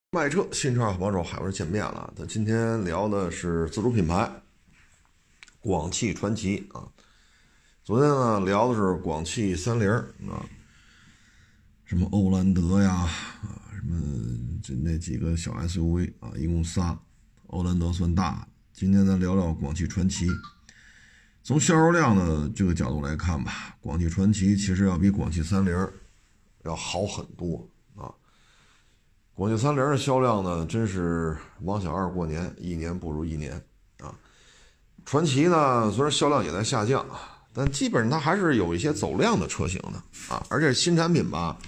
卖车，新车好帮手，海文见面了。咱今天聊的是自主品牌广汽传祺啊。昨天呢聊的是广汽30啊，什么欧蓝德呀什么就那几个小 SUV 啊，一共仨，欧蓝德算大的。今天咱聊聊广汽传祺。从销售量的这个角度来看吧，广汽传祺其实要比广汽30要好很多。广汽30的销量呢，真是王小二过年，一年不如一年啊。传祺呢，虽然销量也在下降，但基本上它还是有一些走量的车型的啊。而且新产品吧，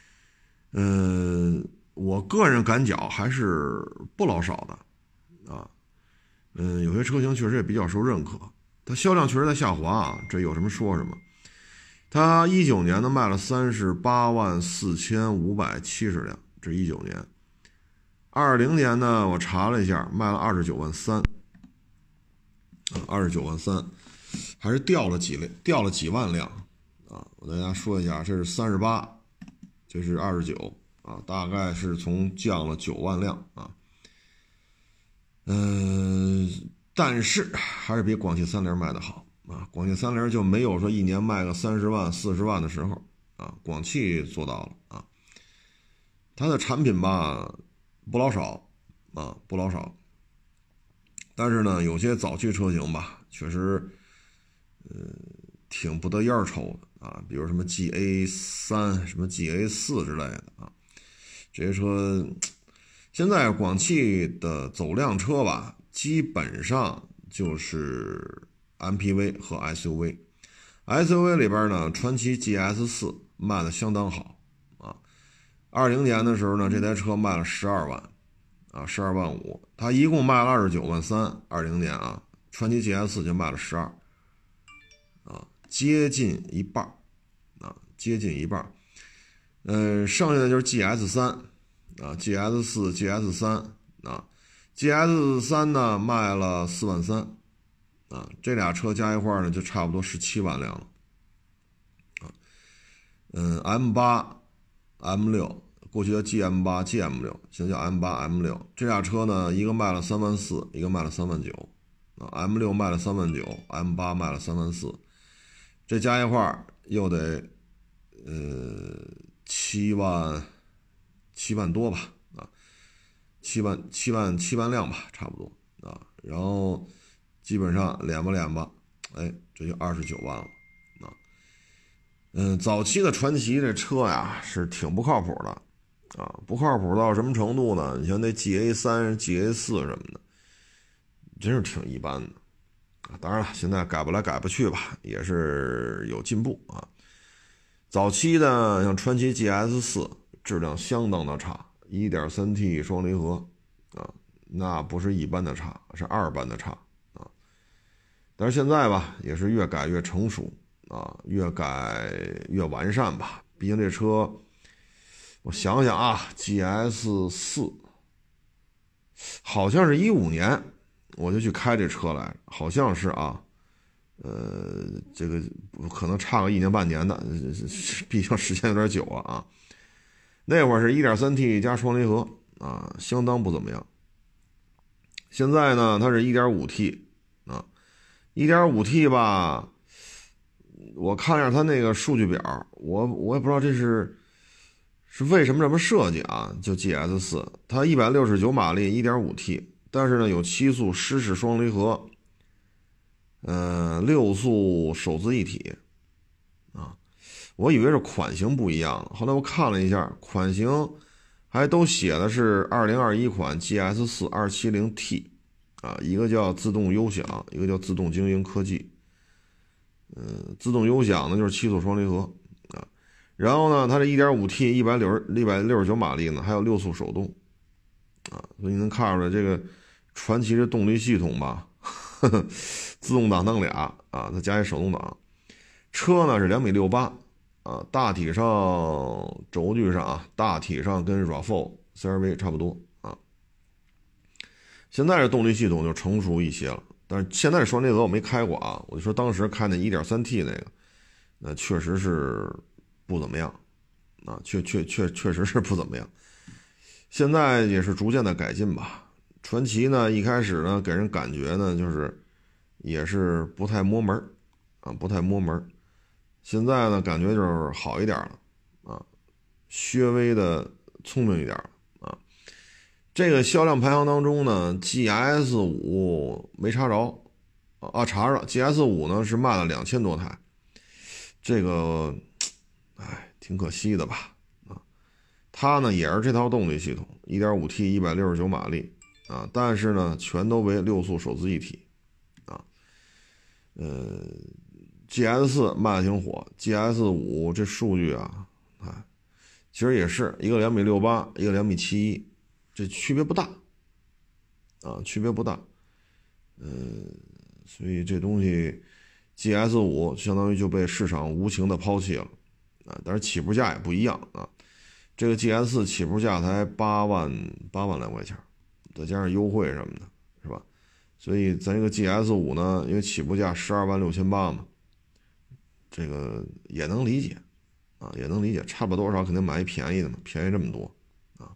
我个人感觉还是不老少的啊。有些车型确实也比较受认可，它销量确实在下滑啊，这有什么说什么。它19年呢卖了384570辆。这是19年，20年呢，我查了一下，卖了29万3，啊，29万3，还是掉了几万辆啊！我跟大家说一下，这是38，这是29啊，大概是从降了9万辆啊。但是还是比广汽30卖的好啊，广汽30就没有说一年卖个30万、40万的时候啊，广汽做到了啊。它的产品吧不老少啊，不老少，但是呢，有些早期车型吧，确实挺不得烟抽的啊，比如什么 GA3、什么 GA4 之类的啊，这些车现在广汽的走量车吧，基本上就是 MPV 和 SUV。SUV 里边呢，传祺 GS4 卖的相当好。20年的时候呢，这台车卖了12万啊，12万5，它一共卖了29万3，20年啊，传祺 GS4 就卖了12啊，接近一半啊，接近一半。剩下的就是 GS3 啊，GS4、GS3 啊，GS3 呢卖了4万3啊，这俩车加一块呢就差不多17万辆了啊。M8、M6。过去叫 GM8、GM6， 现在叫 M8、M6， 这俩车呢，一个卖了3万4，一个卖了3万9啊。M6 卖了3万9， M8 卖了3万4，这加一块又得7万多吧啊，7万辆吧，差不多啊。然后基本上敛吧，哎，这就29万了啊。早期的传祺这车呀是挺不靠谱的。不靠谱到什么程度呢？你像那 GA3、GA4 什么的，真是挺一般的啊。当然了，现在改不来改不去吧，也是有进步啊。早期的像传祺 GS4 质量相当的差， 1.3T 双离合啊，那不是一般的差，是二般的差啊。但是现在吧，也是越改越成熟啊，越改越完善吧。毕竟这车我想想啊 ，GS4 好像是15年我就去开这车来，好像是啊，这个可能差个1年半年的，毕竟时间有点久了啊。那会儿是 1.3T 加双离合啊，相当不怎么样。现在呢，它是 1.5T 啊 ，1.5T 吧，我看一下它那个数据表，我也不知道这是为什么这么设计啊？就 GS4， 它169马力 1.5T， 但是呢有7速湿式双离合，6速手自一体啊。我以为是款型不一样，后来我看了一下，款型还都写的是2021款 GS4 270T 啊，一个叫自动优享，一个叫自动精英科技。自动优享呢就是7速双离合啊。然后呢，它这 1.5T 169马力呢，还有6速手动啊，所以你能看出来这个传祺这动力系统吧，自动挡当俩啊，再加一手动挡。车呢是2.68米啊，大体上轴距上啊，大体上跟 RAV4 CR-V 差不多啊。现在这动力系统就成熟一些了，但是现在这双离合我没开过啊，我就说当时开那 1.3T 那个，那确实是不怎么样啊，确实是不怎么样。 现在也是逐渐的改进吧。传祺呢，一开始呢给人感觉呢就是也是不太摸门啊，不太摸门。现在呢感觉就是好一点了啊，略微的聪明一点了啊。这个销量排行当中呢 ，GS5 没查着啊，查着 GS5 呢是卖了2000多台，这个哎挺可惜的吧啊。它呢也是这套动力系统 1.5T 169马力啊，但是呢全都为6速手自一体啊。GS4 卖的挺火 ，GS5 这数据啊，其实也是一个2.68米，一个2.71米，这区别不大啊，区别不大。所以这东西 GS5 相当于就被市场无情的抛弃了啊，但是起步价也不一样啊。这个 GS4 起步价才8万来块钱，再加上优惠什么的，是吧？所以咱这个 GS5 呢，因为起步价12万6800嘛，这个也能理解啊，也能理解，差不多多少肯定买一便宜的嘛，便宜这么多啊。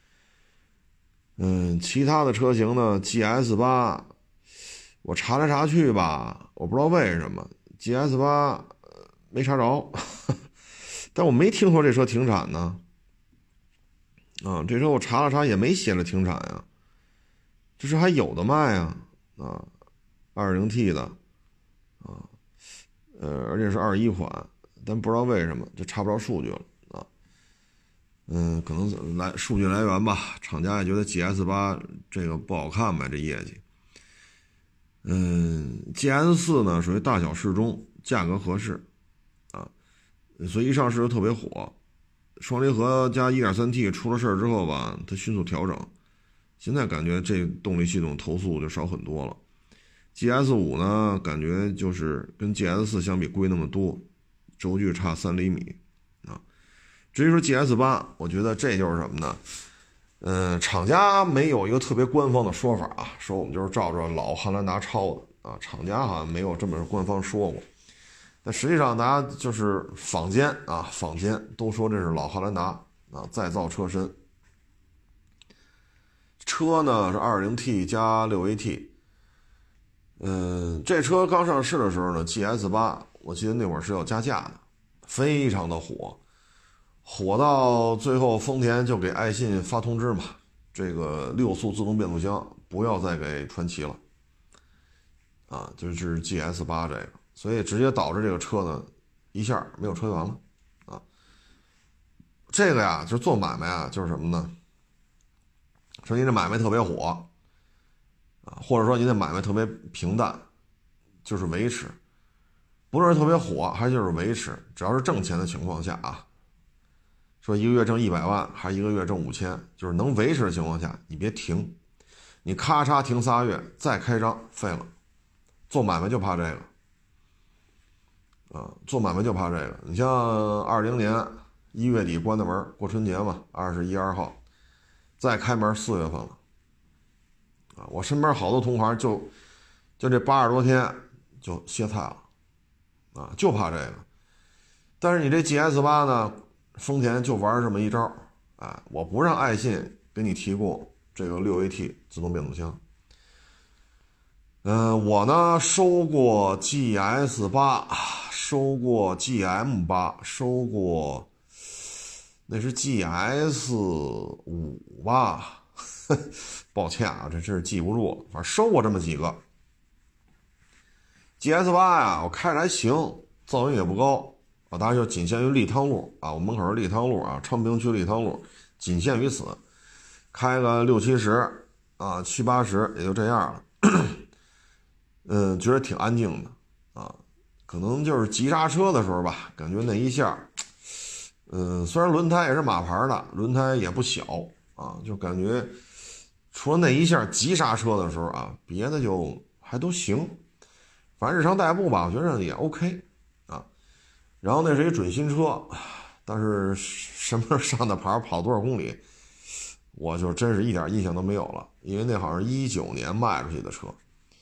其他的车型呢 ，GS8，我查来查去吧，我不知道为什么 GS8没查着，但我没听说这车停产呢。啊，这车我查了查也没写着停产呀，这车还有的卖啊，2.0T 的啊，而且是21款，但不知道为什么就查不着数据了啊。可能数据来源吧，厂家也觉得 GS8 这个不好看呗，这业绩。GS4 呢属于大小适中，价格合适啊，所以一上市就特别火。双离合加 1.3T 出了事之后吧，它迅速调整，现在感觉这动力系统投诉就少很多了。GS5 呢，感觉就是跟 GS4 相比贵那么多，轴距差3厘米啊。至于说 GS8，我觉得这就是什么呢？厂家没有一个特别官方的说法啊，说我们就是照着老汉兰达抄的啊，厂家好像没有这么官方说过。但实际上，大家就是坊间都说这是老汉兰达啊，再造车身。车呢是 2.0T 加 6AT。这车刚上市的时候呢 ，GS8 我记得那会儿是要加价的，非常的火，火到最后丰田就给爱信发通知嘛，这个6速自动变速箱不要再给传祺了啊，就是 GS8 这个。所以直接导致这个车呢，一下没有车源了，啊，这个呀，就做买卖啊，就是什么呢？说您这买卖特别火，啊，或者说您这买卖特别平淡，就是维持，不论是特别火还是就是维持，只要是挣钱的情况下啊，说一个月挣100万，还是一个月挣5000，就是能维持的情况下，你别停，你咔嚓停3月再开张废了，做买卖就怕这个。做买卖就怕这个。你像20年1月底关的门，过春节嘛，21、2号，再开门4月份了。我身边好多同行就这80多天就歇菜了，就怕这个。但是你这 GS8 呢，丰田就玩这么一招，我不让爱信给你提供这个 6AT 自动变速箱。我呢收过 GS8， 收过 GM8， 收过那是 GS5 吧，抱歉啊，这真是记不住了，反正收过这么几个。GS8 呀，我开着还行，噪音也不高啊，当然就仅限于立汤路啊，我门口是立汤路啊，昌平区立汤路，仅限于此，开个60-70啊，70-80也就这样了。觉得挺安静的啊，可能就是急刹车的时候吧，感觉那一下，虽然轮胎也是马牌的，轮胎也不小啊，就感觉除了那一下急刹车的时候啊，别的就还都行，反正日常代步吧，我觉得也 OK 啊。然后那是一准新车，但是什么时候上的牌，跑多少公里，我就真是一点印象都没有了，因为那好像是19年卖出去的车。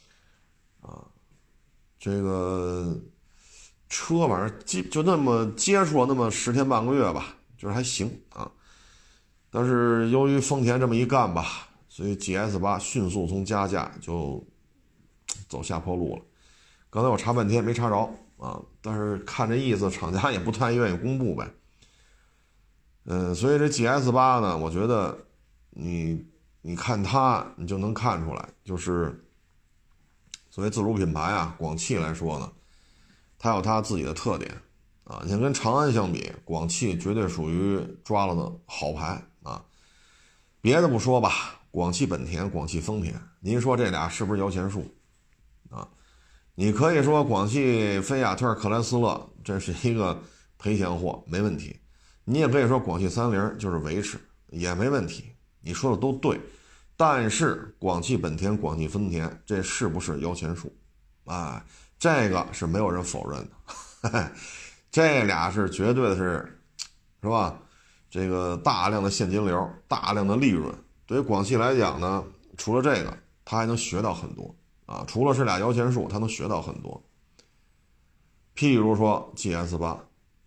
这个车反正就那么接触了那么10天半个月吧，就是还行啊。 但是由于丰田这么一干吧，所以 GS8 迅速从加价就走下坡路了。刚才我查半天没查着啊，但是看这意思，厂家也不太愿意公布呗。所以这 GS8 呢，我觉得你看它，你就能看出来，就是作为自主品牌啊，广汽来说呢，它有它自己的特点啊。你像跟长安相比，广汽绝对属于抓了的好牌啊。别的不说吧，广汽本田、广汽丰田，您说这俩是不是摇钱树啊？你可以说广汽菲亚特克莱斯勒这是一个赔钱货，没问题。你也可以说广汽30就是维持，也没问题。你说的都对，但是广汽本田、广汽丰田这是不是摇钱树？啊，这个是没有人否认的。这俩是绝对的是吧？这个大量的现金流，大量的利润，对于广汽来讲呢，除了这个，它还能学到很多啊。除了是俩摇钱树，它能学到很多。譬如说 GS8。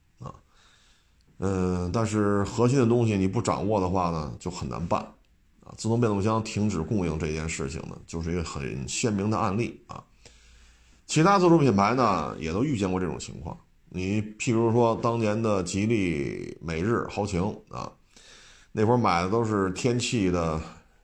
但是核心的东西你不掌握的话呢，就很难办啊。自动变速箱停止供应这件事情呢，就是一个很鲜明的案例啊。其他自主品牌呢，也都遇见过这种情况。你譬如说当年的吉利、美日、豪情啊，那会儿买的都是天气的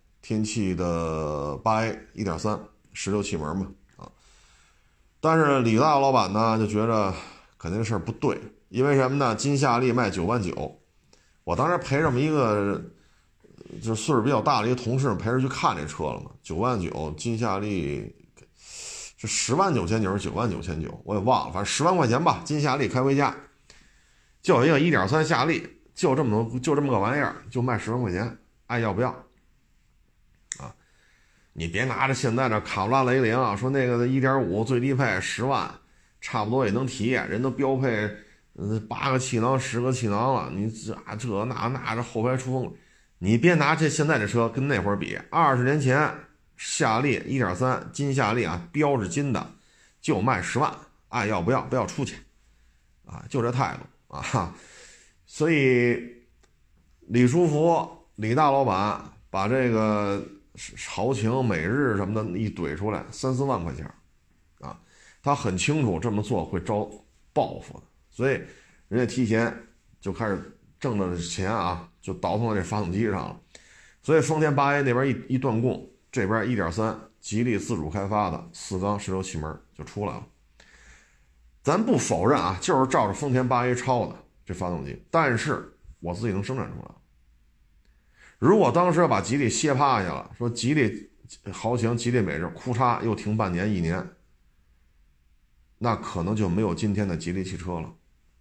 8A 1.3 16气门嘛啊。但是李大老板呢就觉着肯定事儿不对。因为什么呢？金夏利卖9万9，我当时陪这么一个就岁数比较大的一个同事陪着去看这车了嘛。9万9，金夏利是10万9,900 9万9,900，我也忘了，反正10万块钱吧。金夏利开回家，就有一个 1.3 夏利，就这么个玩意儿，就卖10万块钱，爱要不要？啊，你别拿着现在这卡罗拉雷凌说那个 1.5 最低配10万，差不多也能提，人都标配。8个气囊10个气囊了，你这这后排出风，你别拿现在这车跟那会儿比。20年前夏利 1.3 金夏利啊，标是金的，就卖10万，爱要不要？不要出去啊，就这态度啊。所以李书福李大老板把这个豪情、美日什么的一怼出来，3、4万块钱啊，他很清楚这么做会招报复的。所以人家提前就开始挣的钱啊，就倒腾到这发动机上了。所以丰田8A 那边一断供，这边 1.3 吉利自主开发的4缸16气门就出来了。咱不否认啊，就是照着丰田8A 抄的这发动机，但是我自己能生产出来。如果当时把吉利歇趴下了，说吉利豪情、吉利美日哭嚓又停半年1年，那可能就没有今天的吉利汽车了。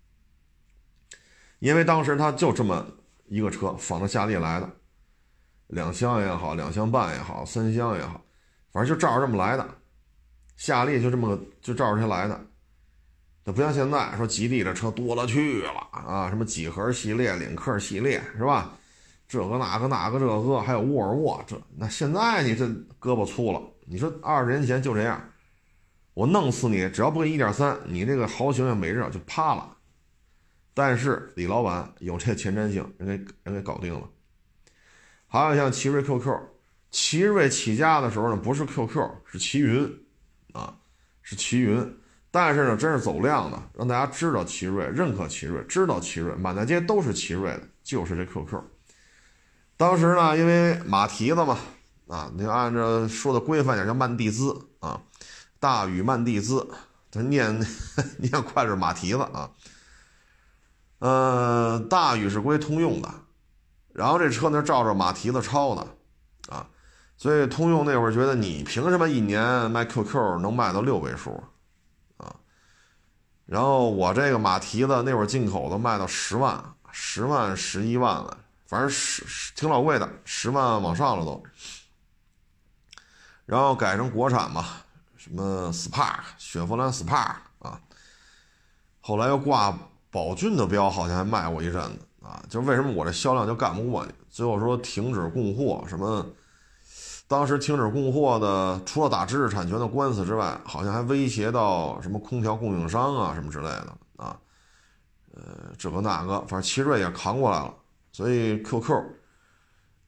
因为当时他就这么一个车仿着夏利来的，2厢也好，2厢半也好，3厢也好，反正就照着这么来的。夏利就照着它来的。它不像现在说吉利的车多了去了啊，什么几何系列、领克系列是吧？这个那个这个，还有沃尔沃那现在你这胳膊粗了，你说20年前就这样，我弄死你，只要不给 1.3 你这个豪情美日就趴了。但是李老板有这前瞻性，人给搞定了。还有像奇瑞 QQ， 奇瑞起家的时候呢，不是 QQ 是奇云啊，是奇云。但是呢，真是走量的，让大家知道奇瑞，认可奇瑞，知道奇瑞，满大街都是奇瑞的，就是这 QQ。当时呢，因为马蹄子嘛，啊，你按照说的规范点叫曼蒂兹啊，大宇曼蒂兹，他念快是马蹄子啊。大宇是归通用的，然后这车呢照着马蹄子抄的啊，所以通用那会儿觉得你凭什么一年卖 QQ 能卖到6位数啊？然后我这个马蹄子那会儿进口的卖到10万、11万了，反正挺老贵的，10万往上了都。然后改成国产嘛，什么 Spark 雪佛兰 Spark 啊，后来又挂宝骏的标，好像还卖过一阵子啊。就为什么我这销量就干不过你？最后说停止供货，什么当时停止供货的，除了打知识产权的官司之外，好像还威胁到什么空调供应商啊什么之类的啊。这个那个，反正奇瑞也扛过来了。所以 QQ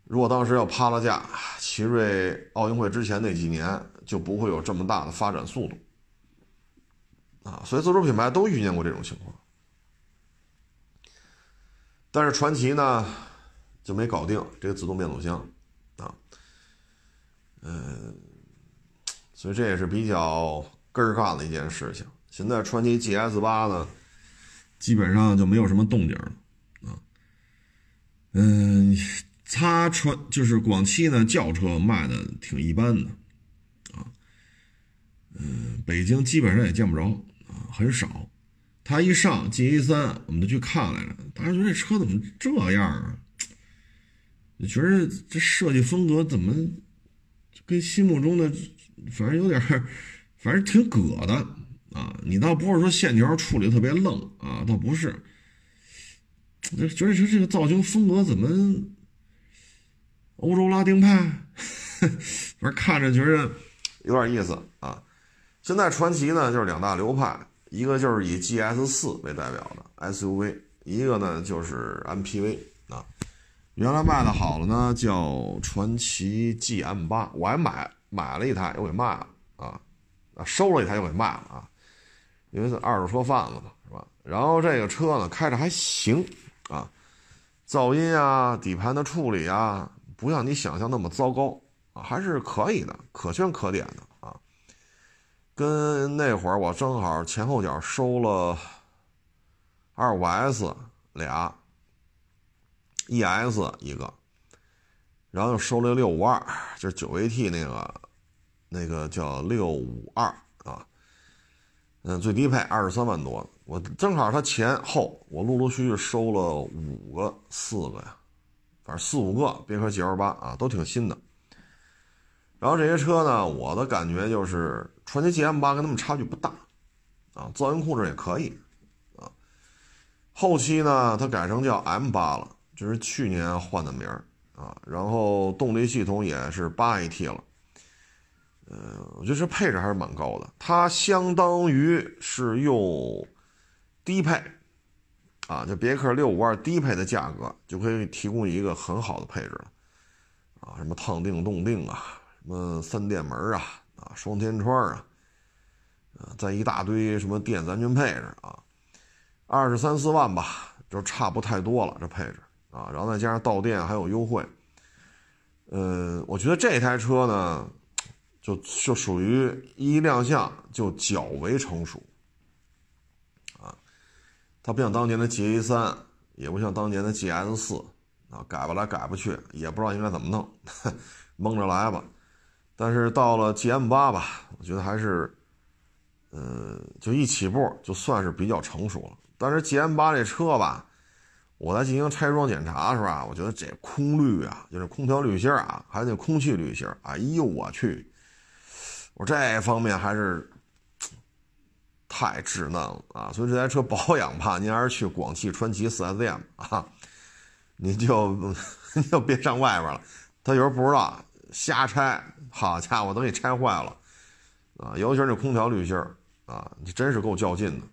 如果当时要趴了架，奇瑞奥运会之前那几年就不会有这么大的发展速度啊，所以自主品牌都遇见过这种情况。但是传祺呢就没搞定这个自动变速箱啊，所以这也是比较根儿干的一件事情。现在传祺 GS8 呢基本上就没有什么动静了啊。它就是广汽呢轿车卖的挺一般的啊，北京基本上也见不着啊，很少。它一上 GA3 我们都去看来着，大家觉得这车怎么这样啊？就觉得这设计风格怎么跟心目中的反正有点，反正挺葛的啊。你倒不是说线条处理特别愣啊，倒不是，就觉得这个造型风格怎么欧洲拉丁派，反正看着觉得有点意思啊。现在传祺呢就是两大流派，一个就是以 GS4 为代表的 SUV， 一个呢就是 MPV 啊。原来卖的好了呢叫传祺 GM8， 我还买了一台又给卖了啊，收了一台又给卖了啊，因为是二手车贩子嘛，是吧？然后这个车呢开着还行啊，噪音啊底盘的处理啊不像你想象那么糟糕啊，还是可以的，可圈可点的啊。跟那会儿我正好前后脚收了 25S 俩 ES 一个，然后又收了652，就是 9AT 那个叫652啊，最低配23万多，我正好它前后我陆陆续续收了4个呀，反正4、5个别克 GL8 啊，都挺新的。然后这些车呢，我的感觉就是传祺 GM8 跟他们差距不大啊，噪音控制也可以啊。后期呢，它改成叫 M8 了，这是去年换的名啊。然后动力系统也是 8AT 了，我觉得这配置还是蛮高的，它相当于是用低配啊，就别克652低配的价格就可以提供一个很好的配置了啊，什么烫定动定啊，什么3电门啊，双天窗啊，再一大堆什么电子安全配置啊，23、24万吧，就差不太多了这配置啊，然后再加上到店还有优惠，我觉得这台车呢，就属于一亮相就较为成熟啊，它不像当年的 GA3，也不像当年的 GS4啊，改不来改不去，也不知道应该怎么弄，蒙着来吧。但是到了 GM8 吧，我觉得还是，就一起步就算是比较成熟了。但是 GM8 这车吧，我在进行拆装检查是吧？我觉得这空滤啊，就是空调滤芯啊，还有那空气滤芯，哎呦我去！我这方面还是太稚嫩了啊！所以这台车保养吧，您还是去广汽传祺 4S 店啊，你就别上外边了。他有时候不知道瞎拆，好家伙，都给拆坏了啊！尤其是这空调滤芯啊，你真是够较劲的。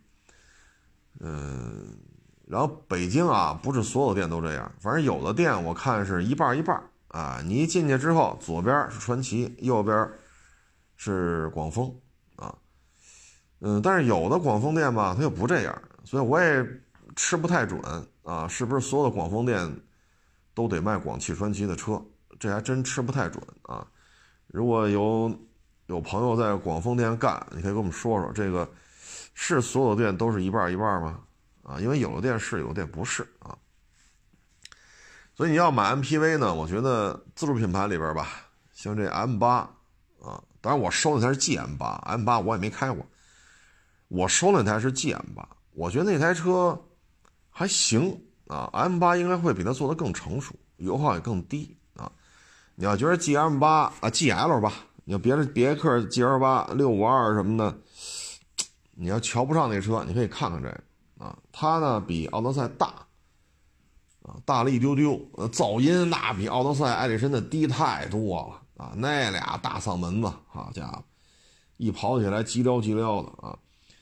然后北京啊，不是所有店都这样，反正有的店我看是一半一半啊。你一进去之后，左边是传祺，右边是广丰啊。但是有的广丰店吧，它又不这样，所以我也吃不太准啊，是不是所有的广丰店都得卖广汽传祺的车？这还真吃不太准啊。如果有朋友在广丰店干，你可以跟我们说说，这个是所有店都是一半一半吗？啊，因为有的店是，有的店不是啊。所以你要买 MPV 呢，我觉得自主品牌里边吧，像这 M8 啊，当然我收那台是 GM8，M8 我也没开过，我收那台是 GM8，我觉得那台车还行啊 ，M8 应该会比它做得更成熟，油耗也更低啊。你要觉得 GM8 啊 GL 吧，你要别克 GL8 652什么的，你要瞧不上那车，你可以看看这个啊，它呢比奥德赛大啊，大了一丢丢，噪音那比奥德赛、艾力绅的低太多了啊，那俩大嗓门子，好家伙，一跑起来急撩急撩的啊。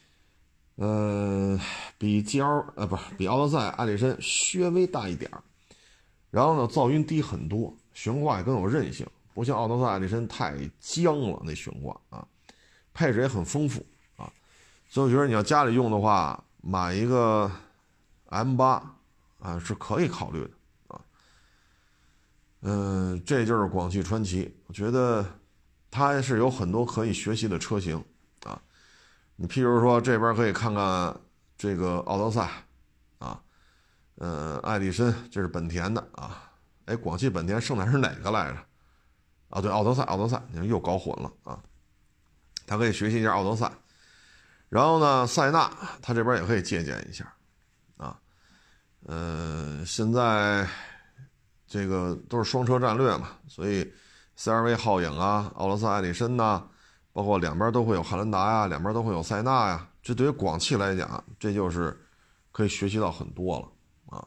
比不是比奥德赛、艾力绅稍微大一点，然后呢噪音低很多， 悬挂也更有韧性，不像奥德赛、艾力绅太僵了，那悬挂啊，配置也很丰富啊，所以我觉得你要家里用的话，买一个 M8啊是可以考虑的啊。这就是广汽传祺，我觉得它是有很多可以学习的车型啊。你譬如说这边可以看看这个奥德赛啊，爱力绅这是本田的啊，哎，广汽本田剩的是哪个来着？啊，对，奥德赛，你又搞混了啊。他可以学习一下奥德赛，然后呢，塞纳他这边也可以借鉴一下啊。现在这个都是双车战略嘛，所以 CR-V 皓影啊，奥德赛、爱力绅呐，包括两边都会有汉兰达呀，两边都会有塞纳呀，这对于广汽来讲，这就是可以学习到很多了啊。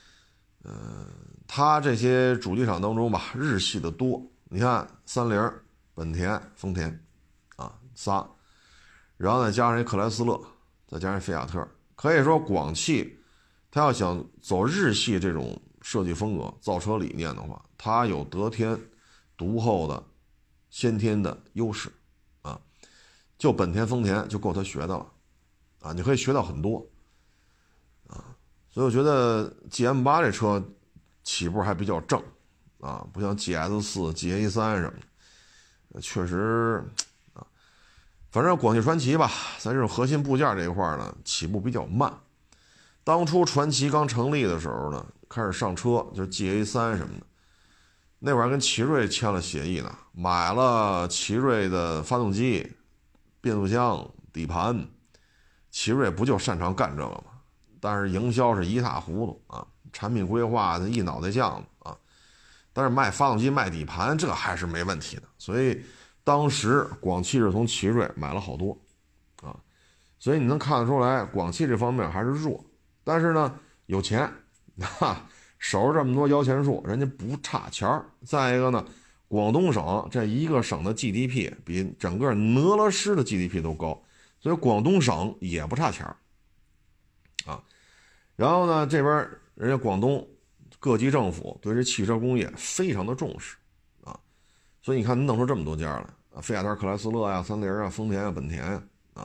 它这些主机厂当中吧，日系的多，你看三菱、本田、丰田啊仨，然后再加上一克莱斯勒，再加上菲亚特，可以说广汽它要想走日系这种设计风格、造车理念的话，它有得天独厚的先天的优势啊，就本田、丰田就够它学的了啊，你可以学到很多啊，所以我觉得 GM8 这车起步还比较正啊，不像 GS4、GA3 什么的，确实啊，反正广汽传祺吧，在这种核心部件这一块呢，起步比较慢。当初传祺刚成立的时候呢，开始上车就是 GA3 什么的，那会儿跟奇瑞签了协议呢，买了奇瑞的发动机、变速箱、底盘，奇瑞不就擅长干这个吗？但是营销是一塌糊涂啊，产品规划一脑袋酱啊，但是卖发动机、卖底盘这还是没问题的，所以当时广汽是从奇瑞买了好多啊，所以你能看得出来，广汽这方面还是弱，但是呢有钱啊，手上这么多摇钱树，人家不差钱儿。再一个呢，广东省这一个省的 GDP 比整个俄罗斯的 GDP 都高，所以广东省也不差钱儿啊。然后呢，这边人家广东各级政府对这汽车工业非常的重视啊，所以你看弄出这么多家来啊，菲亚特、克莱斯勒呀、三菱啊、丰田啊、本田啊，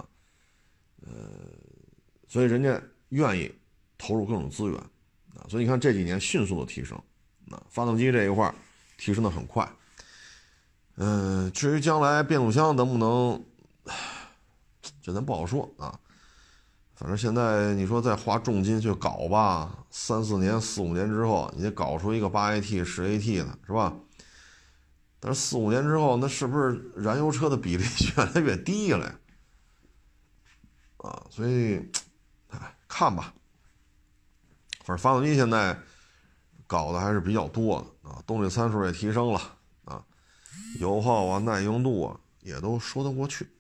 所以人家愿意投入各种资源啊，所以你看这几年迅速的提升啊，发动机这一块提升的很快。至于将来变速箱能不能，这咱不好说啊。反正现在你说再花重金去搞吧，3、4年、4、5年之后，你得搞出一个8AT、10AT 的，是吧？但是4、5年之后，那是不是燃油车的比例越来越低了呀？啊，所以，看吧。反正发动机现在搞的还是比较多的啊，动力参数也提升了啊，油耗啊、耐用度啊也都说得过去。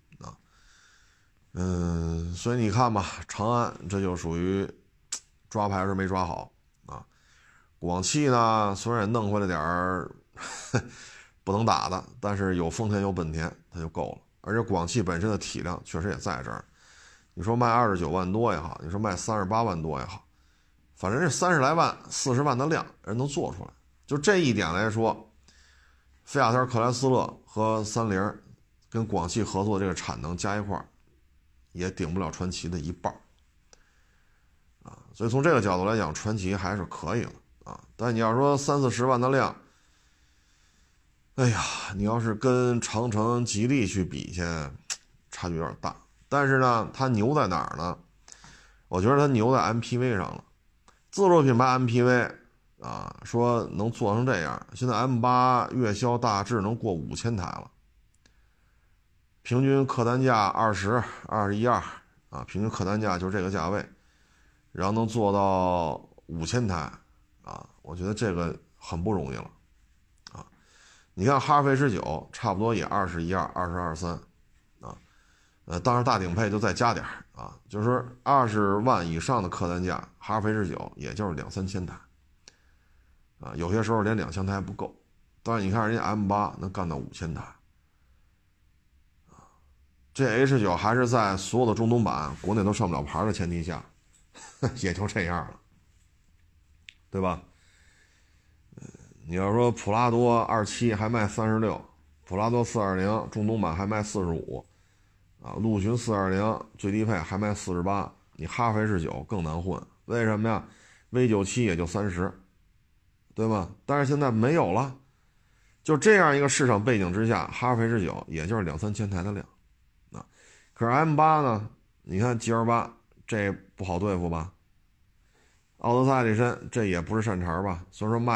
所以你看吧，长安这就属于抓牌是没抓好啊。广汽呢，虽然也弄回来点儿不能打的，但是有丰田有本田，它就够了。而且广汽本身的体量确实也在这儿。你说卖29万多也好，你说卖38万多也好，反正这30来万、40万的量人能做出来。就这一点来说，菲亚特、克莱斯勒和三菱跟广汽合作这个产能加一块儿，也顶不了传祺的一半啊，所以从这个角度来讲，传祺还是可以了啊。但你要说30、40万的量，哎呀，你要是跟长城、吉利去比去，差距有点大。但是呢，它牛在哪儿呢？我觉得它牛在 MPV 上了。自主品牌 MPV 啊，说能做成这样，现在 M8 月销大致能过5000台了。平均客单价20、21、2啊，平均客单价就是这个价位，然后能做到5000台啊，我觉得这个很不容易了啊。你看哈弗 H9 差不多也21、2、22、3啊，当然大顶配就再加点啊，就是20万以上的客单价，哈弗 H9 也就是2、3千台啊，有些时候连2000台还不够。但是你看人家 M8 能干到5000台。这 H9 还是在所有的中东版国内都上不了牌的前提下，也就这样了，对吧？ 你要说普拉多27还卖36，普拉多420中东版还卖45，啊，陆巡420最低配还卖48，你哈弗 H9 更难混，为什么呀 ？V97 也就30，对吗？但是现在没有了，就这样一个市场背景之下，哈弗 H9 也就是2、3千台的量，啊，可是 M8 呢？你看 GL8 这不好对付吧？奥德赛力绅这也不是善茬吧？虽然说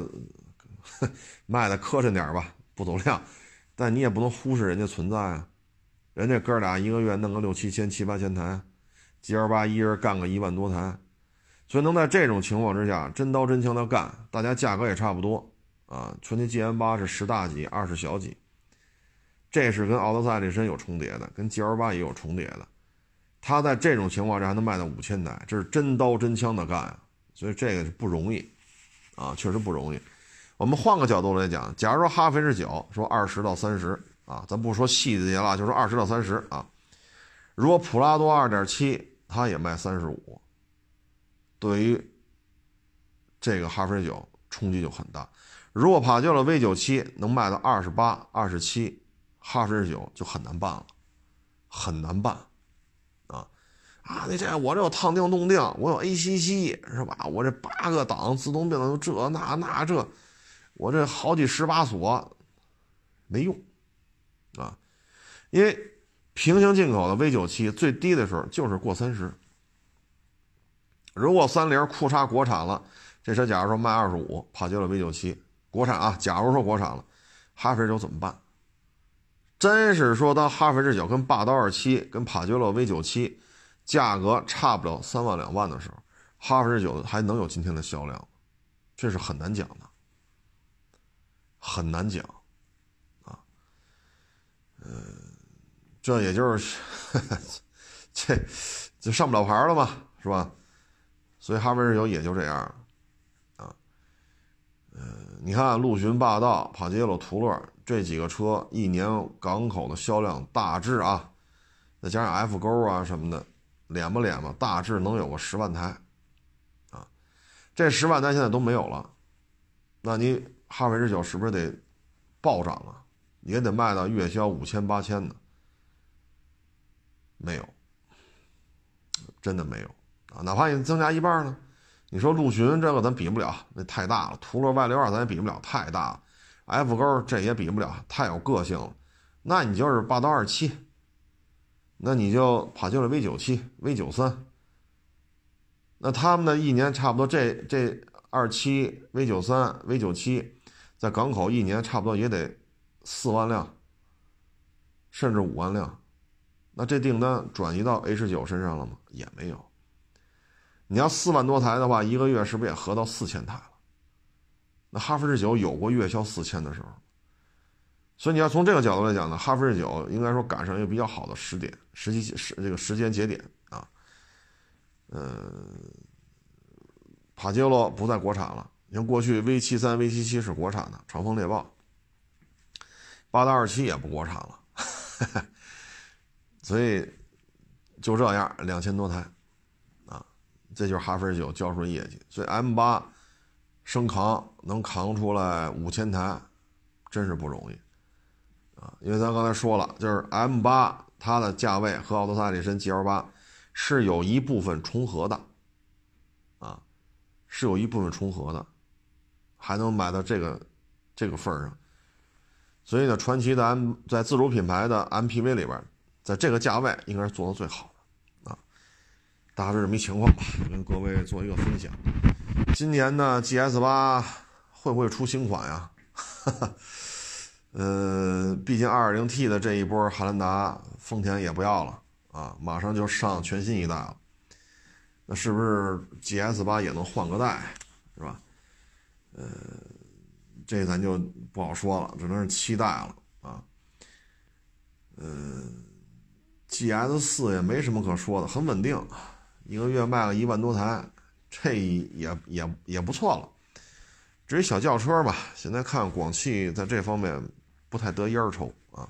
卖的磕碜点吧，不走量，但你也不能忽视人家存在啊。人家哥俩一个月弄个6、7千、7、8千台，GL8一人干个1万多台，所以能在这种情况之下真刀真枪的干，大家价格也差不多啊。传祺 GM8 是10大几20小几，这是跟奥德赛力绅有重叠的，跟 GL8 也有重叠的。他在这种情况下还能卖到5000台，这是真刀真枪的干啊，所以这个是不容易啊，确实不容易。我们换个角度来讲，假如说哈弗 H9 说20到30啊，咱不说细节了，就说20到30啊。如果普拉多2.7它也卖35，对于这个哈弗 H9 冲击就很大。如果帕杰罗 V97 能卖到28、27，哈弗 H9 就很难办了，很难办。你这我这有烫定动定，我有 ACC 是吧？我这8个档自动变速这这，我这好几10把锁没用啊！因为平行进口的 V97 最低的时候就是过30，如果30库叉国产了，这车假如说卖25，帕杰罗 V97 国产啊，假如说国产了，哈弗 H9 怎么办？真是说当哈弗 H9 跟霸道27跟帕杰罗 V97价格差不了3万2万的时候，哈弗 H9 还能有今天的销量，这是很难讲的，很难讲啊。这也就是这就上不了牌了嘛，是吧？所以哈弗 H9 也就这样啊。你看陆巡、霸道、帕杰罗、途乐这几个车一年港口的销量大致啊，再加上 F 勾啊什么的。脸吧，大致能有个10万台啊，这10万台现在都没有了，那你哈弗 H9 是不是得暴涨啊？也得卖到月销5000、8000的，没有，真的没有啊！哪怕你增加一半呢，你说陆巡这个咱比不了，那太大了；途乐Y62咱也比不了，太大了；F 勾这也比不了，太有个性了。那你就是霸道27。那你就帕杰罗 V97、V93，那他们的一年差不多这27、V93、V97，在港口一年差不多也得4万辆，甚至5万辆。那这订单转移到 H9 身上了吗？也没有。你要4万多台的话，一个月是不是也合到4000台了？那哈弗 H9 有过月销4000的时候。所以你要从这个角度来讲呢，哈弗 H9 应该说赶上一个比较好的这个时间节点啊。帕杰罗不再国产了，你看过去 V73、V77 是国产的，长风猎豹，霸道27也不国产了，所以就这样2000多台啊，这就是哈弗 H9 交出的业绩。所以 M8 升扛能扛出来5000台，真是不容易。因为咱刚才说了，就是 M8 它的价位和奥德赛力绅 GL8 是有一部分重合的啊，是有一部分重合的，还能买到这个份上。所以呢，传祺的在自主品牌的 MPV 里边，在这个价位应该是做的最好的啊。大致这么一情况吧，跟各位做一个分享。今年呢 GS8 会不会出新款呀？毕竟 2.0T 的这一波汉兰达丰田也不要了啊，马上就上全新一代了。那是不是 GS8 也能换个代，是吧？这咱就不好说了，只能是期待了啊。GS4 也没什么可说的，很稳定，一个月卖了1万多台，这也不错了。至于小轿车吧，现在看广汽在这方面不太得烟抽啊。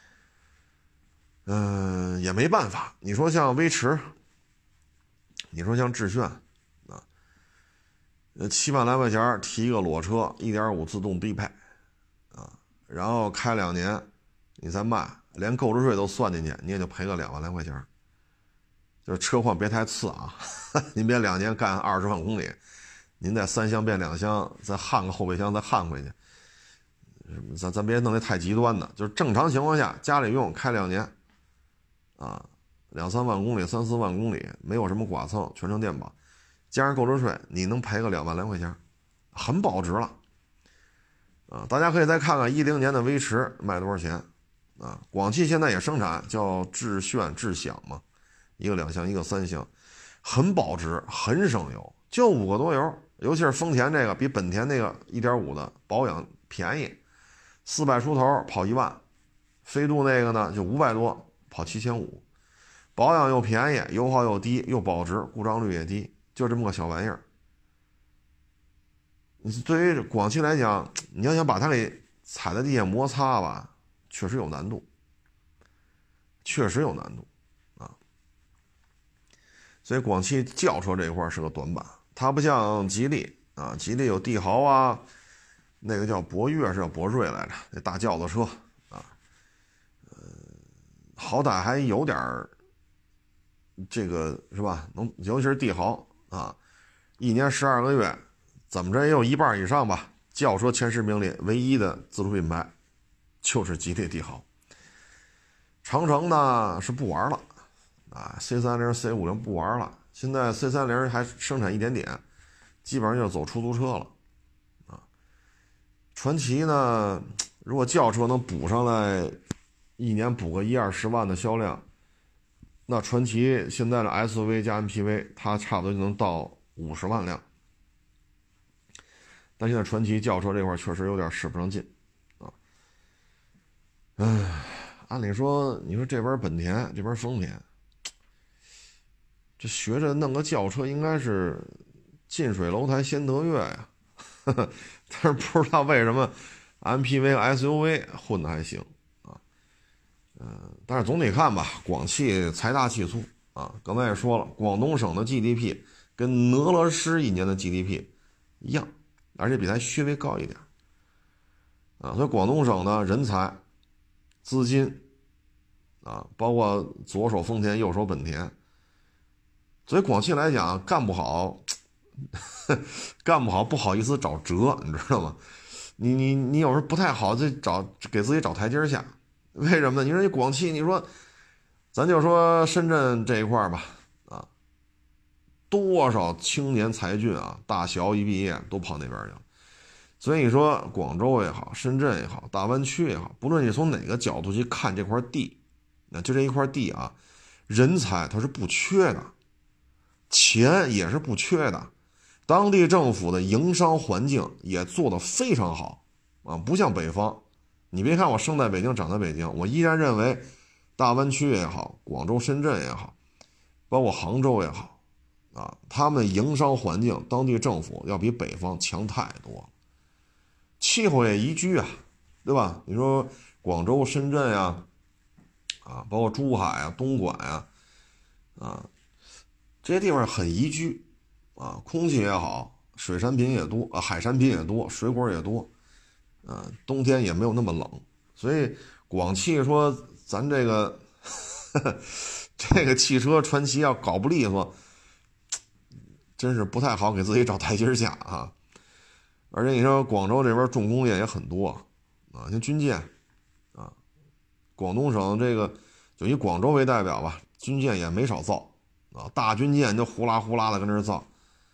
也没办法。你说像威驰，你说像致炫啊， 7万来块钱提一个裸车 1.5 自动低配啊，然后开2年你再卖，连购置税都算进去，你也就赔个2万来块钱。就是车况别太次啊，您别2年干20万公里，您再3厢变2厢，再焊个后备箱再焊回去，咱别弄得太极端的。就是正常情况下家里用开2年啊，2、3万公里3、4万公里，没有什么剐蹭，全程电保，加上购置税，你能赔个2万来块钱，很保值了啊！大家可以再看看10年的威驰卖多少钱啊？广汽现在也生产叫致炫、致享嘛，一个2厢，一个3厢，很保值，很省油，就5个多油。尤其是丰田这个比本田那个 1.5 的保养便宜，400出头跑1万，飞度那个呢就500多跑7500，保养又便宜，油耗又低，又保值，故障率也低，就这么个小玩意儿。对于广汽来讲，你要想把它给踩在地下摩擦吧，确实有难度，确实有难度啊。所以广汽轿车这一块是个短板，它不像吉利啊，吉利有帝豪啊，那个叫博越是叫博瑞来着，那大轿子车啊，好歹还有点这个是吧？尤其是帝豪啊，1年12个月，怎么着也有1半以上吧。轿车前10名里唯一的自主品牌就是吉利帝豪。长城呢是不玩了啊 ，C30、C50不玩了。现在 C30还生产一点点，基本上就走出租车了啊。传祺呢，如果轿车能补上来，1年补个10-20万的销量，那传祺现在的 SUV 加 MPV 它差不多就能到50万辆。但现在传祺轿车这块确实有点使不上劲啊。按理说你说这边本田这边丰田，这学着弄个轿车应该是近水楼台先得月呀，但是不知道为什么 MPV SUV 混得还行啊。但是总体看吧，广汽财大气粗啊。刚才也说了，广东省的 GDP 跟俄罗斯1年的 GDP 一样，而且比它稍微高一点啊。所以广东省呢，人才、资金啊，包括左手丰田右手本田，所以广汽来讲干不好不好意思找辙，你知道吗？你有时候不太好就给自己找台阶下。为什么呢？你说你广汽，你说咱就说深圳这一块吧啊，多少青年才俊啊，大学一毕业都跑那边去了。所以你说广州也好，深圳也好，大湾区也好，不论你从哪个角度去看这块地，那就这一块地啊，人才它是不缺的，钱也是不缺的，当地政府的营商环境也做得非常好啊，不像北方。你别看我生在北京长在北京，我依然认为大湾区也好，广州深圳也好，包括杭州也好啊，他们营商环境当地政府要比北方强太多了，气候也宜居啊，对吧？你说广州深圳呀啊，包括珠海啊东莞呀啊，这些地方很宜居啊，空气也好，水产品也多啊，海产品也多，水果也多，冬天也没有那么冷。所以广汽说咱这个这个汽车传祺要搞不利索，真是不太好给自己找台阶下啊。而且你说广州这边重工业也很多啊，像军舰啊，广东省这个就以广州为代表吧，军舰也没少造啊，大军舰就呼啦呼啦的跟这造。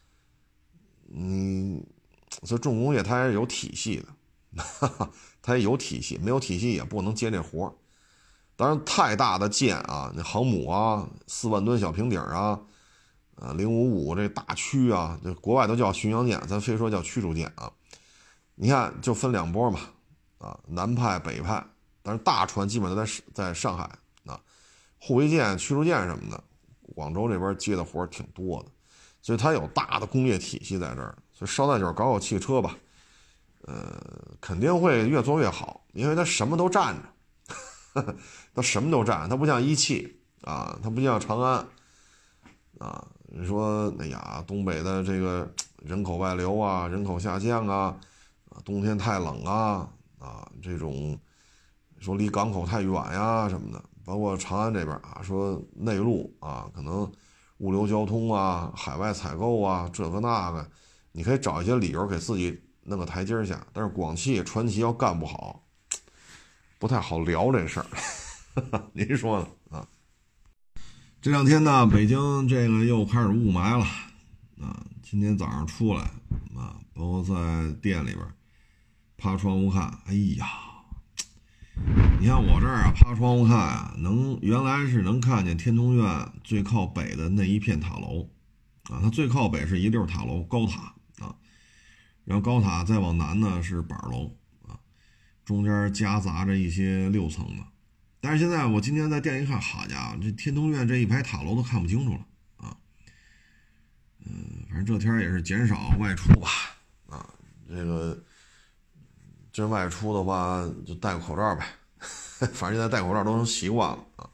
所以重工业它还是有体系的，它也有体系，没有体系也不能接这活。当然太大的舰啊，那航母啊，4万吨小平顶啊，055这大驱啊，这国外都叫巡洋舰，咱非说叫驱逐舰啊。你看就分2波嘛，啊，南派北派，但是大船基本都在上海啊，护卫舰、驱逐舰什么的，广州这边接的活挺多的，所以它有大的工业体系在这儿，所以捎带脚搞汽车吧，肯定会越做越好，因为它什么都占着，它什么都占，它不像一汽啊，它不像长安啊。你说哎呀，东北的这个人口外流啊，人口下降啊，冬天太冷啊，这种说离港口太远呀什么的，包括长安这边啊，说内陆啊，可能物流交通啊，海外采购啊，这个那个，你可以找一些理由给自己弄个台阶下。但是广汽、传祺要干不好，不太好聊这事儿。您说呢？这两天呢，北京这个又开始雾霾了今天早上出来包括在店里边趴窗户看，哎呀，你看我这儿趴窗户看原来是能看见天通苑最靠北的那一片塔楼它最靠北是一溜塔楼高塔然后高塔再往南呢是板楼中间夹杂着一些6层的。但是现在我今天在店一看，好家伙，这天通苑这一排塔楼都看不清楚了反正这天也是减少外出吧这个真外出的话就戴个口罩呗，反正现在戴口罩都成习惯了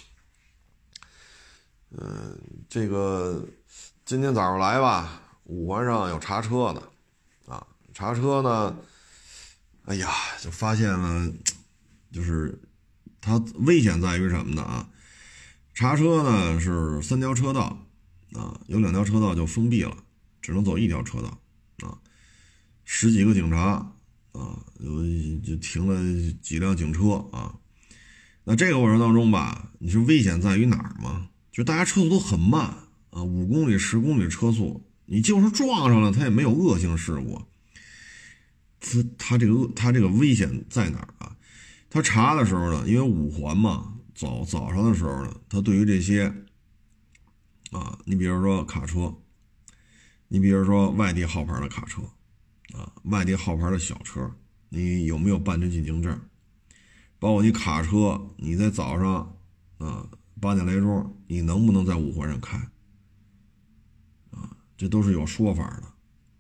这个今天早上来吧，5环上有查车的查车呢，哎呀，就发现了，就是它危险在于什么呢查车呢是3条车道有2条车道就封闭了，只能走1条车道10几个警察就停了几辆警车那这个过程当中吧，你说危险在于哪儿吗？就大家车速都很慢5公里、10公里车速，你就是撞上了，它也没有恶性事故。它这个危险在哪儿他查的时候呢，因为5环嘛，早上的时候呢，他对于这些你比如说卡车，你比如说外地号牌的卡车外地号牌的小车，你有没有办真进京证？包括你卡车，你在早上8点来钟，你能不能在5环上开这都是有说法的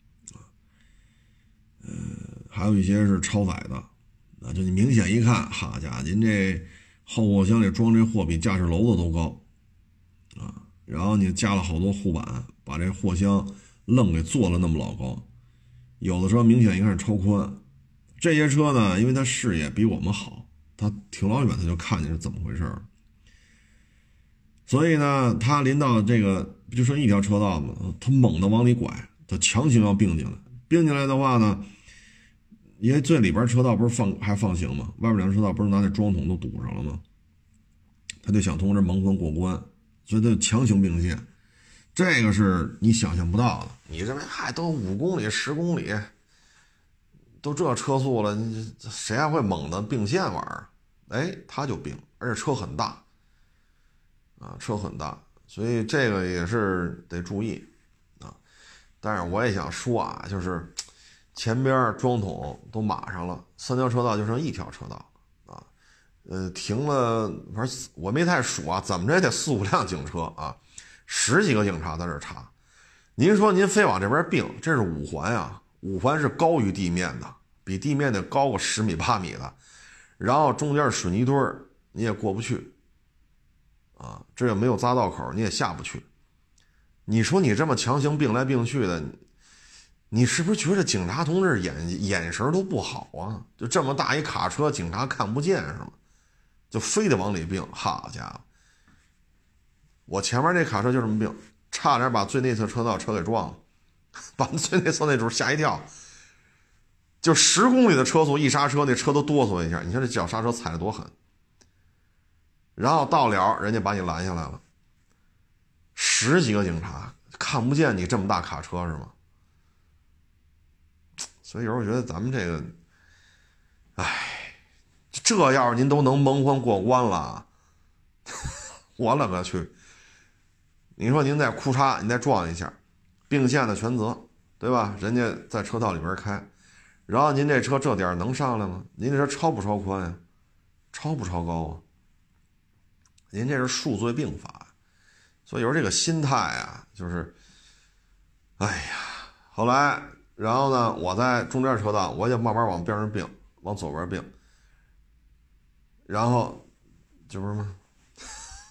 还有一些是超载的就你明显一看，好家伙，您这后货箱里装这货比驾驶楼子都高然后你加了好多护板，把这货箱愣给做了那么老高，有的车明显一看是超宽。这些车呢，因为它视野比我们好，它挺老远它就看见是怎么回事了。所以呢，他临到这个不就剩1条车道吗？他猛地往里拐，他强行要并进来。并进来的话呢，因为最里边车道不是还放行吗？外边2个车道不是拿那桩桶都堵上了吗？他就想通过这蒙混过关，所以他就强行并线。这个是你想象不到的。你认为都5公里、10公里，都这车速了，谁还会猛地并线玩他就并，而且车很大车很大，所以这个也是得注意但是我也想说就是前边桩桶都码上了，3条车道就剩1条车道停了，反正我没太数怎么着也得4、5辆警车10几个警察在这查。您说您非往这边并，这是5环5环是高于地面的，比地面得高个10米8米的，然后中间是水泥堆你也过不去这也没有匝道口，你也下不去。你说你这么强行并来并去的，你是不是觉得警察同志眼神都不好就这么大一卡车，警察看不见是吗？就非得往里并，好家伙！我前面那卡车就这么并，差点把最内侧车道车给撞了，把最内侧那主吓一跳。就10公里的车速一刹车，那车都哆嗦一下，你看这脚刹车踩得多狠。然后到了，人家把你拦下来了，10几个警察看不见你这么大卡车是吗？所以有时候我觉得咱们这个，这要是您都能蒙混过关了，我勒个去！你说您再哭嚓，你再撞一下，并线的全责，对吧？人家在车道里边开，然后您这车这点能上来吗？您这车超不超宽呀？超不超高您这是数罪并罚。所以有时候这个心态就是，后来，然后呢，我在中间车道，我就慢慢往边上并，往左边并，然后这不是吗？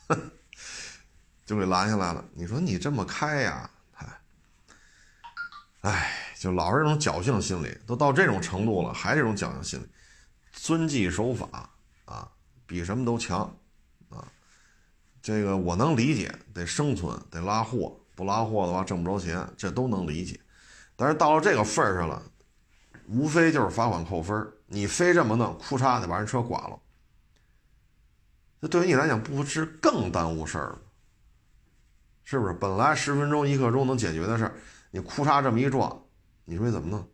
就给拦下来了。你说你这么开哎，就老是这种侥幸心理，都到这种程度了，还这种侥幸心理，遵纪守法啊，比什么都强啊。这个我能理解，得生存，得拉货，不拉货的话挣不着钱，这都能理解。但是到了这个份儿上了，无非就是罚款扣分，你非这么弄，哭嚓得把人车剐了，这对于你来讲不是更耽误事儿吗？是不是？本来10分钟1刻钟能解决的事儿，你哭嚓这么一撞，你说你怎么弄？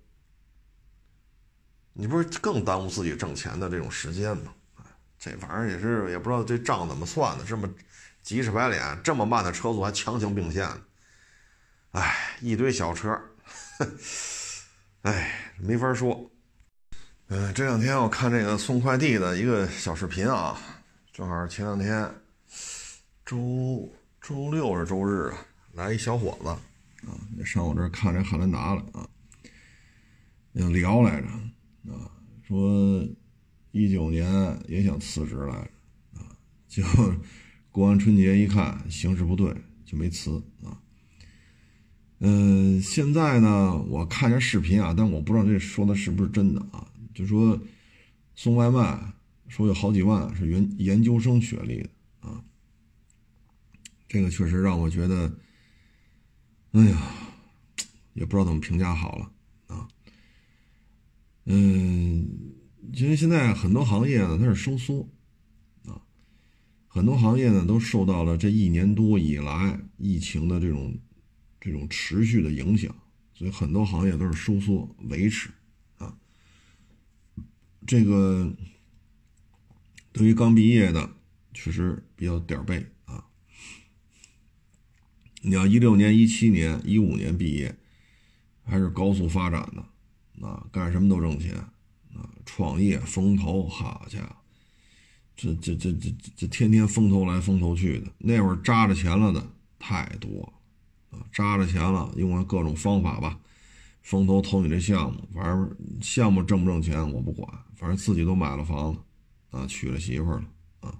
你不是更耽误自己挣钱的这种时间吗？这反正也是，也不知道这账怎么算的，这么急赤白脸，这么慢的车速还强行并线，哎，一堆小车，哎，没法说。这两天我看这个送快递的一个小视频啊，正好前两天周六是周日啊，来一小伙子啊，上我这儿看这汉兰达了啊，要聊来着啊，说19年也想辞职来着啊，就过完春节一看形势不对，就没辞啊。现在呢，我看这视频啊，但我不知道这说的是不是真的啊，就说送外卖说有好几万是研究生学历的啊，这个确实让我觉得，哎呀，也不知道怎么评价好了啊。因为现在很多行业呢它是收缩啊，很多行业呢都受到了这1年多以来疫情的这种持续的影响，所以很多行业都是收缩维持啊。这个对于刚毕业的确实比较点儿背啊。你要16年、17年、15年毕业，还是高速发展的啊，干什么都挣钱啊，创业风投，好家伙，这天天风投来风投去的，那会儿扎着钱了的太多了啊，扎着钱了，用了各种方法吧，风投投你这项目，反正项目挣不挣钱我不管，反正自己都买了房子啊，娶了媳妇了啊，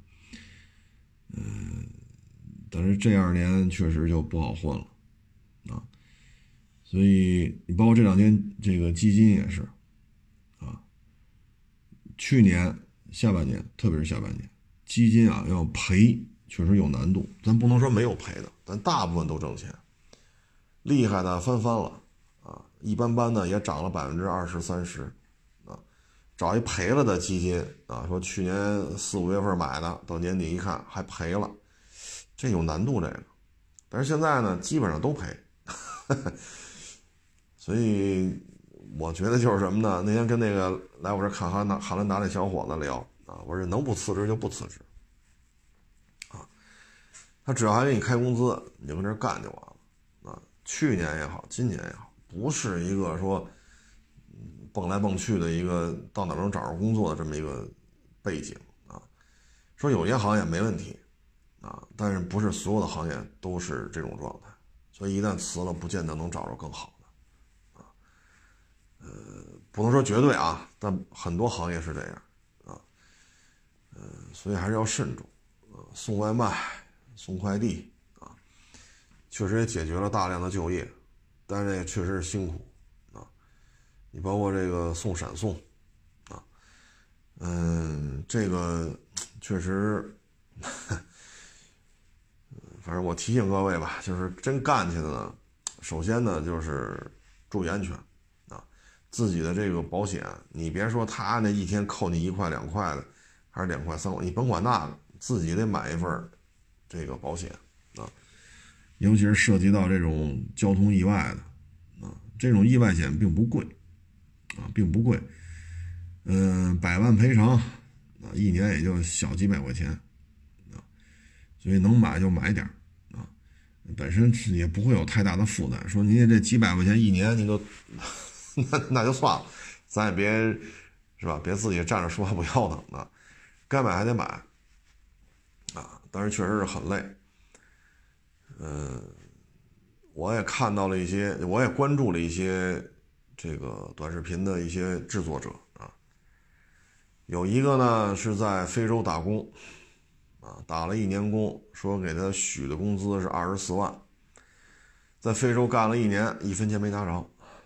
但是这2年确实就不好混了啊，所以你包括这2天这个基金也是啊，去年下半年，特别是下半年，基金啊要赔确实有难度，咱不能说没有赔的，但大部分都挣钱，厉害的翻了啊，一般般的也涨了20%、30%啊，找一赔了的基金啊，说去年4、5月份买的，到年底一看还赔了，这有难度这个，但是现在呢基本上都赔，所以我觉得就是什么呢？那天跟那个来我这看汉兰达那小伙子聊啊，我说能不辞职就不辞职啊，他只要还给你开工资，你就跟这干就完了啊。去年也好，今年也好，不是一个说蹦来蹦去的一个到哪能找着工作的这么一个背景啊。说有些行业没问题啊，但是不是所有的行业都是这种状态，所以一旦辞了，不见得能找着更好的啊。不能说绝对啊，但很多行业是这样啊。所以还是要慎重。送外卖、送快递啊，确实也解决了大量的就业，但是也确实是辛苦啊。你包括这个送闪送啊，这个确实，反正我提醒各位吧，就是真干起来呢，首先呢就是注意安全啊，自己的这个保险，你别说他那一天扣你1块2块的，还是2块3块，你甭管那个，自己得买一份这个保险啊，尤其是涉及到这种交通意外的啊，这种意外险并不贵啊，并不贵，100万赔偿啊，一年也就小几百块钱啊，所以能买就买点啊，本身也不会有太大的负担。说您这几百块钱一年，您都那就算了，咱也别是吧，别自己站着说话不腰疼啊，该买还得买啊，但是确实是很累。我也看到了一些，我也关注了一些这个短视频的一些制作者啊，有一个呢是在非洲打工啊，打了1年工，说给他许的工资是24万，在非洲干了1年，1分钱没拿着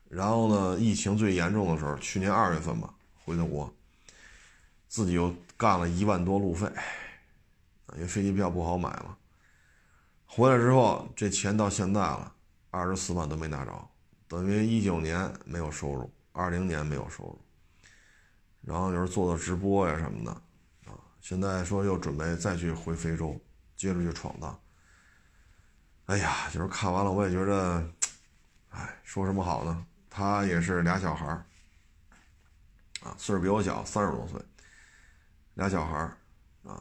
然后呢，疫情最严重的时候，去年2月份吧，回的国，自己又干了1万多路费，因为飞机票不好买嘛。回来之后，这钱到现在了，24万都没拿着，等于19年没有收入，20年没有收入。然后就是做直播呀什么的，啊，现在说又准备再去回非洲，接着去闯荡。哎呀，就是看完了我也觉得，哎，说什么好呢？他也是俩小孩啊，岁数比我小，30多岁，俩小孩啊，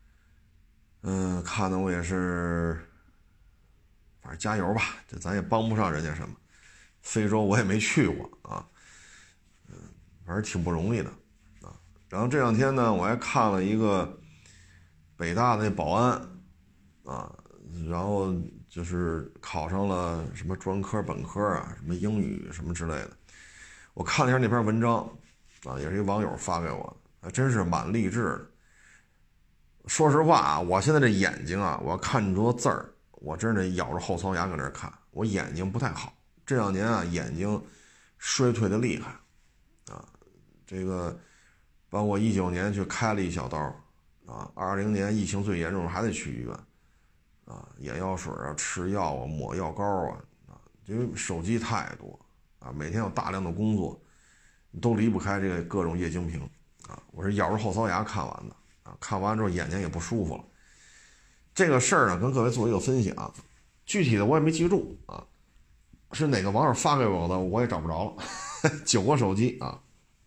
看的我也是，反正加油吧，这咱也帮不上人家什么。非洲我也没去过啊，反正挺不容易的啊。然后这2天呢，我还看了一个北大的那保安啊，然后就是考上了什么专科、本科啊，什么英语什么之类的。我看了一下那篇文章啊，也是一个网友发给我的，还真是蛮励志的。说实话啊，我现在这眼睛啊，我看着字儿，我真是咬着后槽牙搁那看，我眼睛不太好。这2年啊，眼睛衰退的厉害啊，这个包括19年去开了一小刀啊，20年疫情最严重还得去医院啊，眼药水啊，吃药啊，抹药膏啊，因为手机太多啊，每天有大量的工作，都离不开这个各种液晶屏啊。我是咬着后槽牙看完的啊，看完之后眼睛也不舒服了。这个事儿呢，跟各位做一个分享，具体的我也没记住啊，是哪个网友发给我的，我也找不着了，9个手机啊，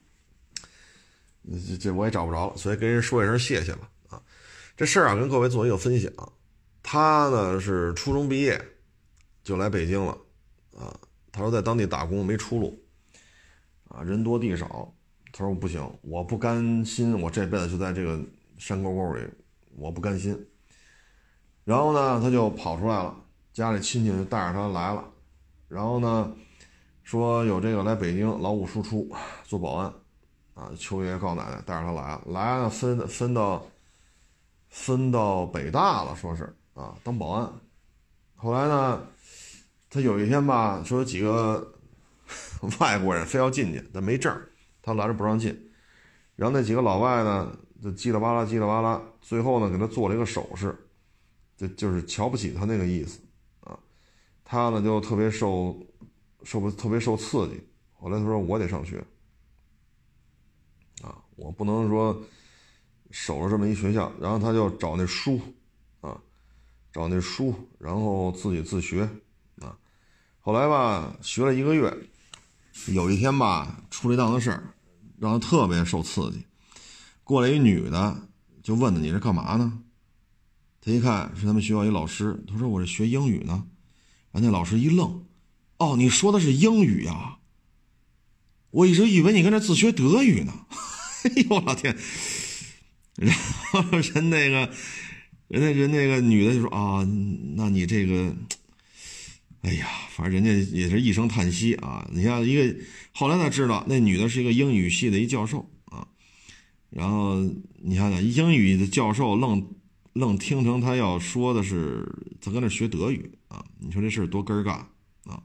这我也找不着了，所以跟人说一声谢谢吧啊。这事儿啊，跟各位做一个分享。他呢是初中毕业就来北京了啊，他说在当地打工没出路啊，人多地少，他说不行，我不甘心我这辈子就在这个山沟沟里，我不甘心。然后呢他就跑出来了，家里亲戚就带着他来了，然后呢说有这个来北京劳务输出做保安啊，求爷爷告奶奶带着他来了，分到北大了，说是啊当保安。后来呢他有一天吧，说有几个外国人非要进去，但没证，他拦着不让进。然后那几个老外呢就叽里哇啦，最后呢给他做了一个手势，就是瞧不起他那个意思啊。他呢就特别受刺激。后来他说我得上学啊，我不能说守着这么一学校。然后他就找那书啊，然后自己自学啊。后来吧学了1个月，有一天吧出了一档子事儿，让他特别受刺激。过来一女的就问他你是干嘛呢？他一看是他们学校一老师，他说我是学英语呢。然后那老师一愣，哦，你说的是英语呀？我一直以为你跟这自学德语呢。哎呦我老天！然后人那个女的就说啊，那你这个，哎呀，反正人家也是一声叹息啊。你像一个后来才知道，那女的是一个英语系的一教授啊。然后你想想，英语的教授愣听成他要说的是他跟那学德语啊，你说这事多根儿尬啊。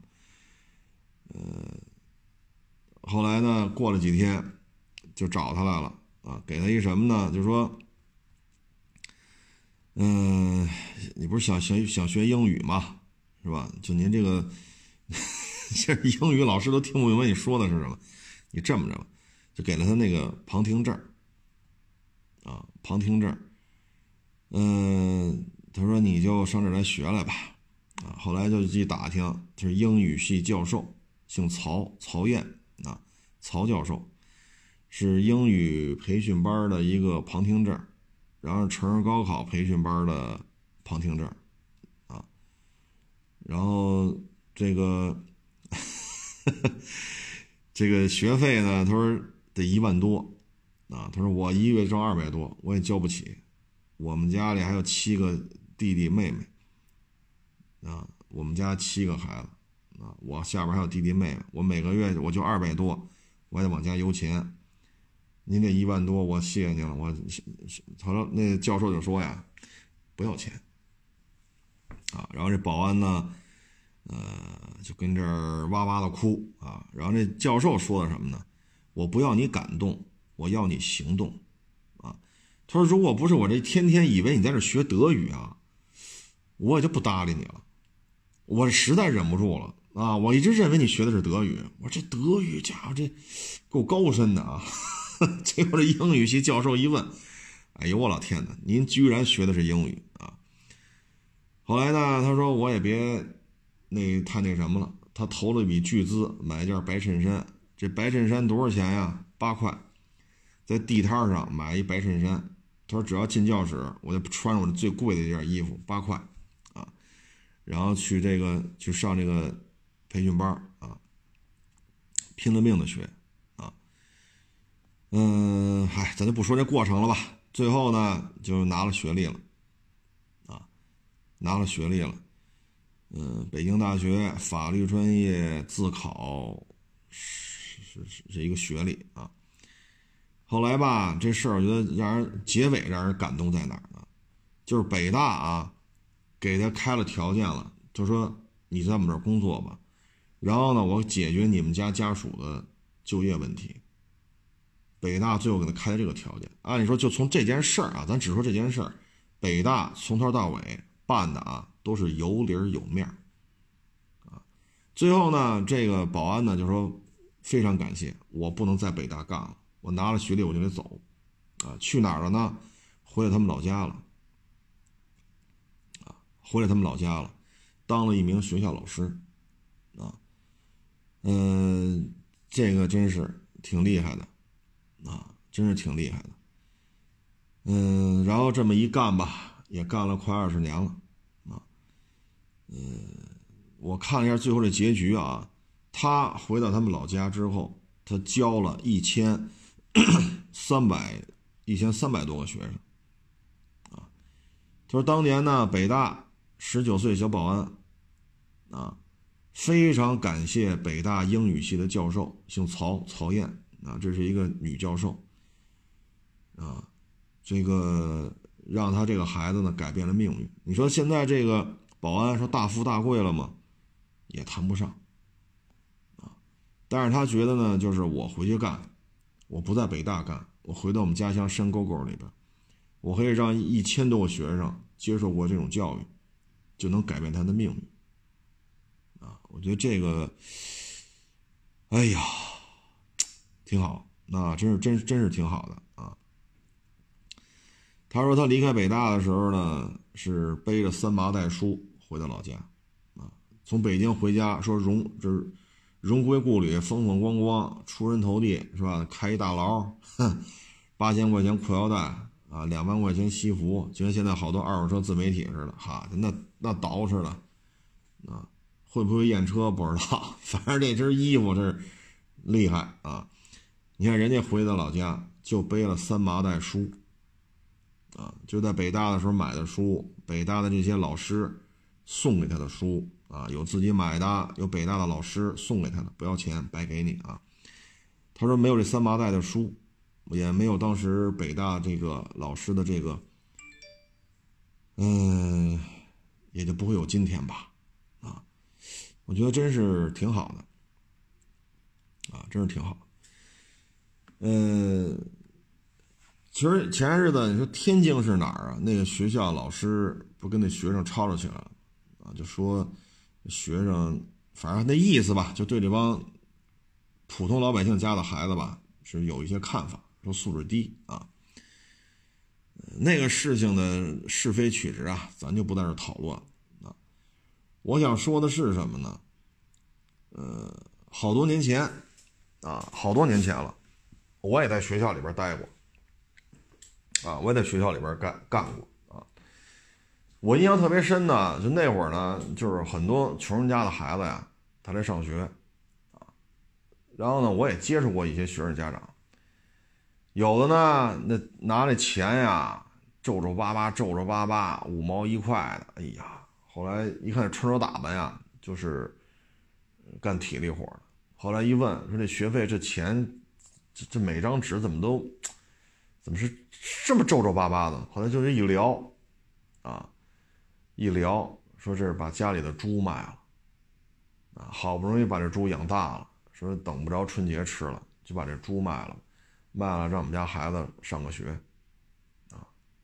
后来呢过了几天就找他来了啊，给他一什么呢，就说你不是想学英语吗？是吧？就您这个这英语老师都听不明白你说的是什么，你这么着吧，就给了他那个旁听证啊，旁听证。他说你就上这儿来学来吧啊。后来就去打听，就是英语系教授，姓曹燕啊，曹教授是英语培训班的一个旁听证，然后成人高考培训班的旁听证啊。然后这个这个学费呢，他说得1万多啊。他说我1个月挣200多，我也交不起。我们家里还有7个弟弟妹妹啊，我们家7个孩子啊，我下边还有弟弟妹妹，我每个月我就200多，我还得往家邮钱。您这1万多，我谢谢您了。好了，那教授就说呀，不要钱啊。然后这保安呢， 就跟这儿哇哇的哭啊。然后这教授说的什么呢？我不要你感动，我要你行动啊。他说如果不是我这天天以为你在这学德语啊，我也就不搭理你了。我实在忍不住了啊！我一直认为你学的是德语，我说这德语家伙这够高深的啊。结果这英语系教授一问，哎呦我老天哪，您居然学的是英语啊！后来呢，他说我也别太那什么了，他投了一笔巨资买一件白衬衫，这白衬衫多少钱呀？8块，在地摊上买一白衬衫，他说只要进教室，我就穿上我最贵的一件衣服，8块啊，然后去上这个培训班啊，拼了命的学啊。咱就不说这过程了吧。最后呢，就拿了学历了啊，拿了学历了。北京大学法律专业自考是一个学历啊。后来吧，这事儿我觉得结尾让人感动在哪儿呢？就是北大啊，给他开了条件了，就说你在我们这儿工作吧，然后呢，我解决你们家属的就业问题。北大最后给他开的这个条件，按理说就从这件事儿啊，咱只说这件事儿，北大从头到尾办的啊都是有理有面啊。最后呢，这个保安呢就说非常感谢，我不能在北大干了，我拿了学历我就得走啊。去哪儿了呢？回来他们老家了啊，回来他们老家了，当了一名学校老师啊。这个真是挺厉害的啊，真是挺厉害的。然后这么一干吧，也干了快20年了啊。我看了一下最后这结局啊，他回到他们老家之后，他教了1300多个学生啊。他说当年呢，北大19岁小保安啊，非常感谢北大英语系的教授，姓曹燕啊，这是一个女教授啊，这个让他这个孩子呢改变了命运。你说现在这个保安说大富大贵了吗？也谈不上啊。但是他觉得呢，就是我回去干，我不在北大干，我回到我们家乡山沟沟里边，我可以让1000多个学生接受过这种教育，就能改变他的命运啊。我觉得这个，哎呀，挺好，那真是挺好的啊。他说他离开北大的时候呢，是背着3麻袋书回到老家啊，从北京回家，说荣归故里，风风光光，出人头地是吧？开一大牢，8000块钱裤腰带啊，2万块钱西服，就跟现在好多二手车自媒体似的，哈，那捯饬的啊，会不会验车不知道，反正这身衣服是厉害啊。你看人家回到老家就背了3麻袋书啊，就在北大的时候买的书，北大的这些老师送给他的书啊，有自己买的，有北大的老师送给他的，不要钱，白给你啊。他说没有这3麻袋的书，也没有当时北大这个老师的这个，也就不会有今天吧啊。我觉得真是挺好的啊，真是挺好。其实前日子你说天津是哪儿啊？那个学校老师不跟那学生吵起来了啊，就说学生反正那意思吧，就对这帮普通老百姓家的孩子吧是有一些看法，说素质低啊。那个事情的是非曲直啊，咱就不在这讨论啊。我想说的是什么呢？好多年前了，我也在学校里边待过。我也在学校里边干过啊。我印象特别深的，就那会儿呢，就是很多穷人家的孩子呀，他来上学啊。然后呢，我也接触过一些学生家长，有的呢，那拿那钱呀，皱皱巴巴，5毛1块的，哎呀，后来一看穿着打扮呀，就是干体力活的。后来一问，说这学费这钱，这每张纸怎么是这么皱皱巴巴的？后来就是一聊，说这是把家里的猪卖了好不容易把这猪养大了，说等不着春节吃了，就把这猪卖了，卖了让我们家孩子上个学啊。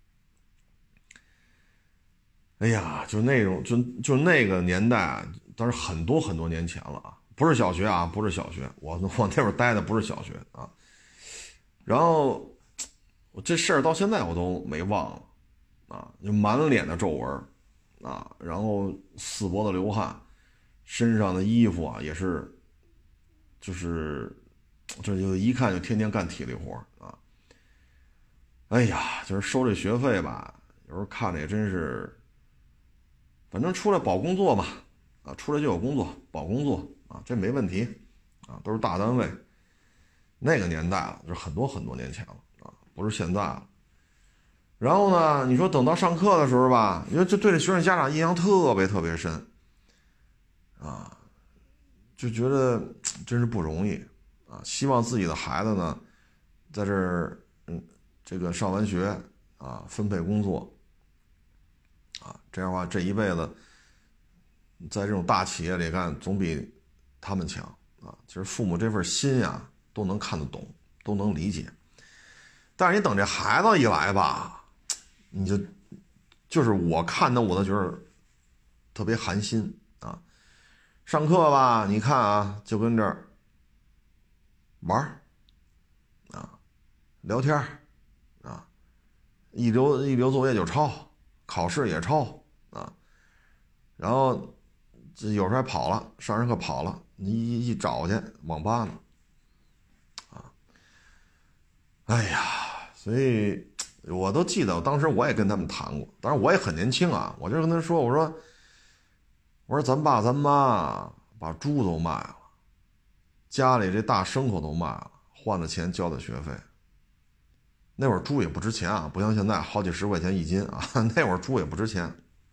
哎呀，就那种就那个年代，当然很多很多年前了啊，不是小学啊，不是小学，我那会儿待的不是小学啊。然后我这事儿到现在我都没忘了啊，就满脸的皱纹啊，然后四脖子流汗，身上的衣服啊也是，就是这就一看就天天干体力活啊。哎呀，就是收这学费吧，有时候看着也真是，反正出来保工作嘛，啊，出来就有工作，保工作啊，这没问题啊，都是大单位。那个年代了，就是很多很多年前了啊，不是现在了。然后呢，你说等到上课的时候吧，因为就对这学生家长印象特别特别深啊，就觉得真是不容易啊，希望自己的孩子呢，在这儿这个上完学啊，分配工作啊，这样的话这一辈子在这种大企业里干总比他们强啊。其实父母这份心呀都能看得懂，都能理解，但是你等这孩子一来吧，你就是我看的我都觉得特别寒心啊。上课吧，你看啊，就跟这儿玩啊，聊天啊，一留作业就抄，考试也抄啊，然后这有时候还跑了，上上课跑了，你一找去网吧呢啊。哎呀，所以我都记得，当时我也跟他们谈过，当然我也很年轻啊，我就跟他说，我说咱爸咱妈把猪都卖了，家里这大牲口都卖了，换了钱交的学费。那会儿猪也不值钱啊，不像现在好几十块钱一斤啊，那会儿猪也不值钱，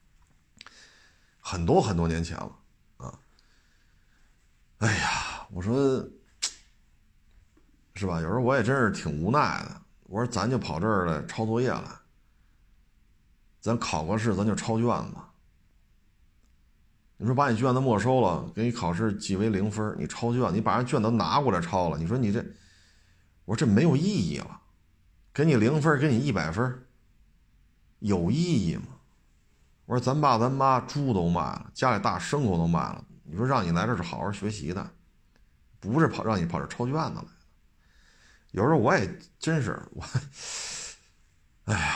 很多很多年前了啊。哎呀，我说是吧？有时候我也真是挺无奈的。我说咱就跑这儿来抄作业来，咱考个试咱就抄卷子。你说把你卷子没收了，给你考试记为0分，你抄卷，你把人卷子拿过来抄了，你说你这，我说这没有意义了。给你0分，给你100分，有意义吗？我说咱爸咱妈猪都卖了，家里大牲口都卖了，你说让你来这是好好学习的，不是让你跑这抄卷子来的。有时候我也真是哎呀，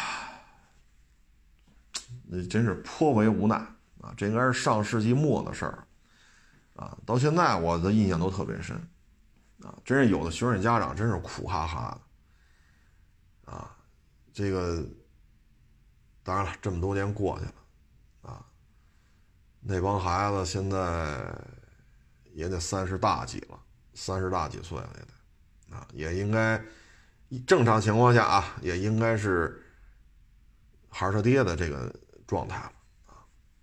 那真是颇为无奈啊！这应该是上世纪末的事儿啊，到现在我的印象都特别深啊，真是有的学生家长真是苦哈哈的啊。这个当然了，这么多年过去了啊，那帮孩子现在也得30大几了，30大几岁了也得啊，也应该正常情况下啊，也应该是孩儿他爹的这个状态了啊。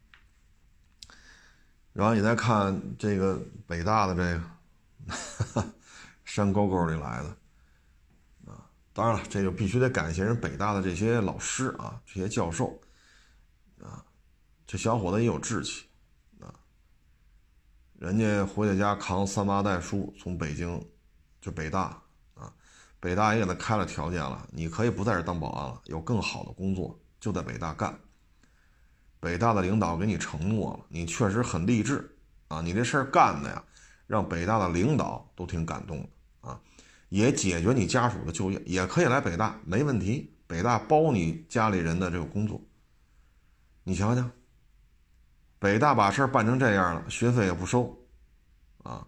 然后你再看这个北大的这个山沟沟里来的啊，当然了，这个必须得感谢人北大的这些老师啊，这些教授啊，这小伙子也有志气啊，人家回了家扛3、8袋书从北京就北大啊，北大也给他开了条件了，你可以不在这当保安了，有更好的工作就在北大干。北大的领导给你承诺了，你确实很励志啊，你这事儿干的呀，让北大的领导都挺感动的啊，也解决你家属的就业，也可以来北大没问题，北大包你家里人的这个工作。你想想，北大把事儿办成这样了，学费也不收啊，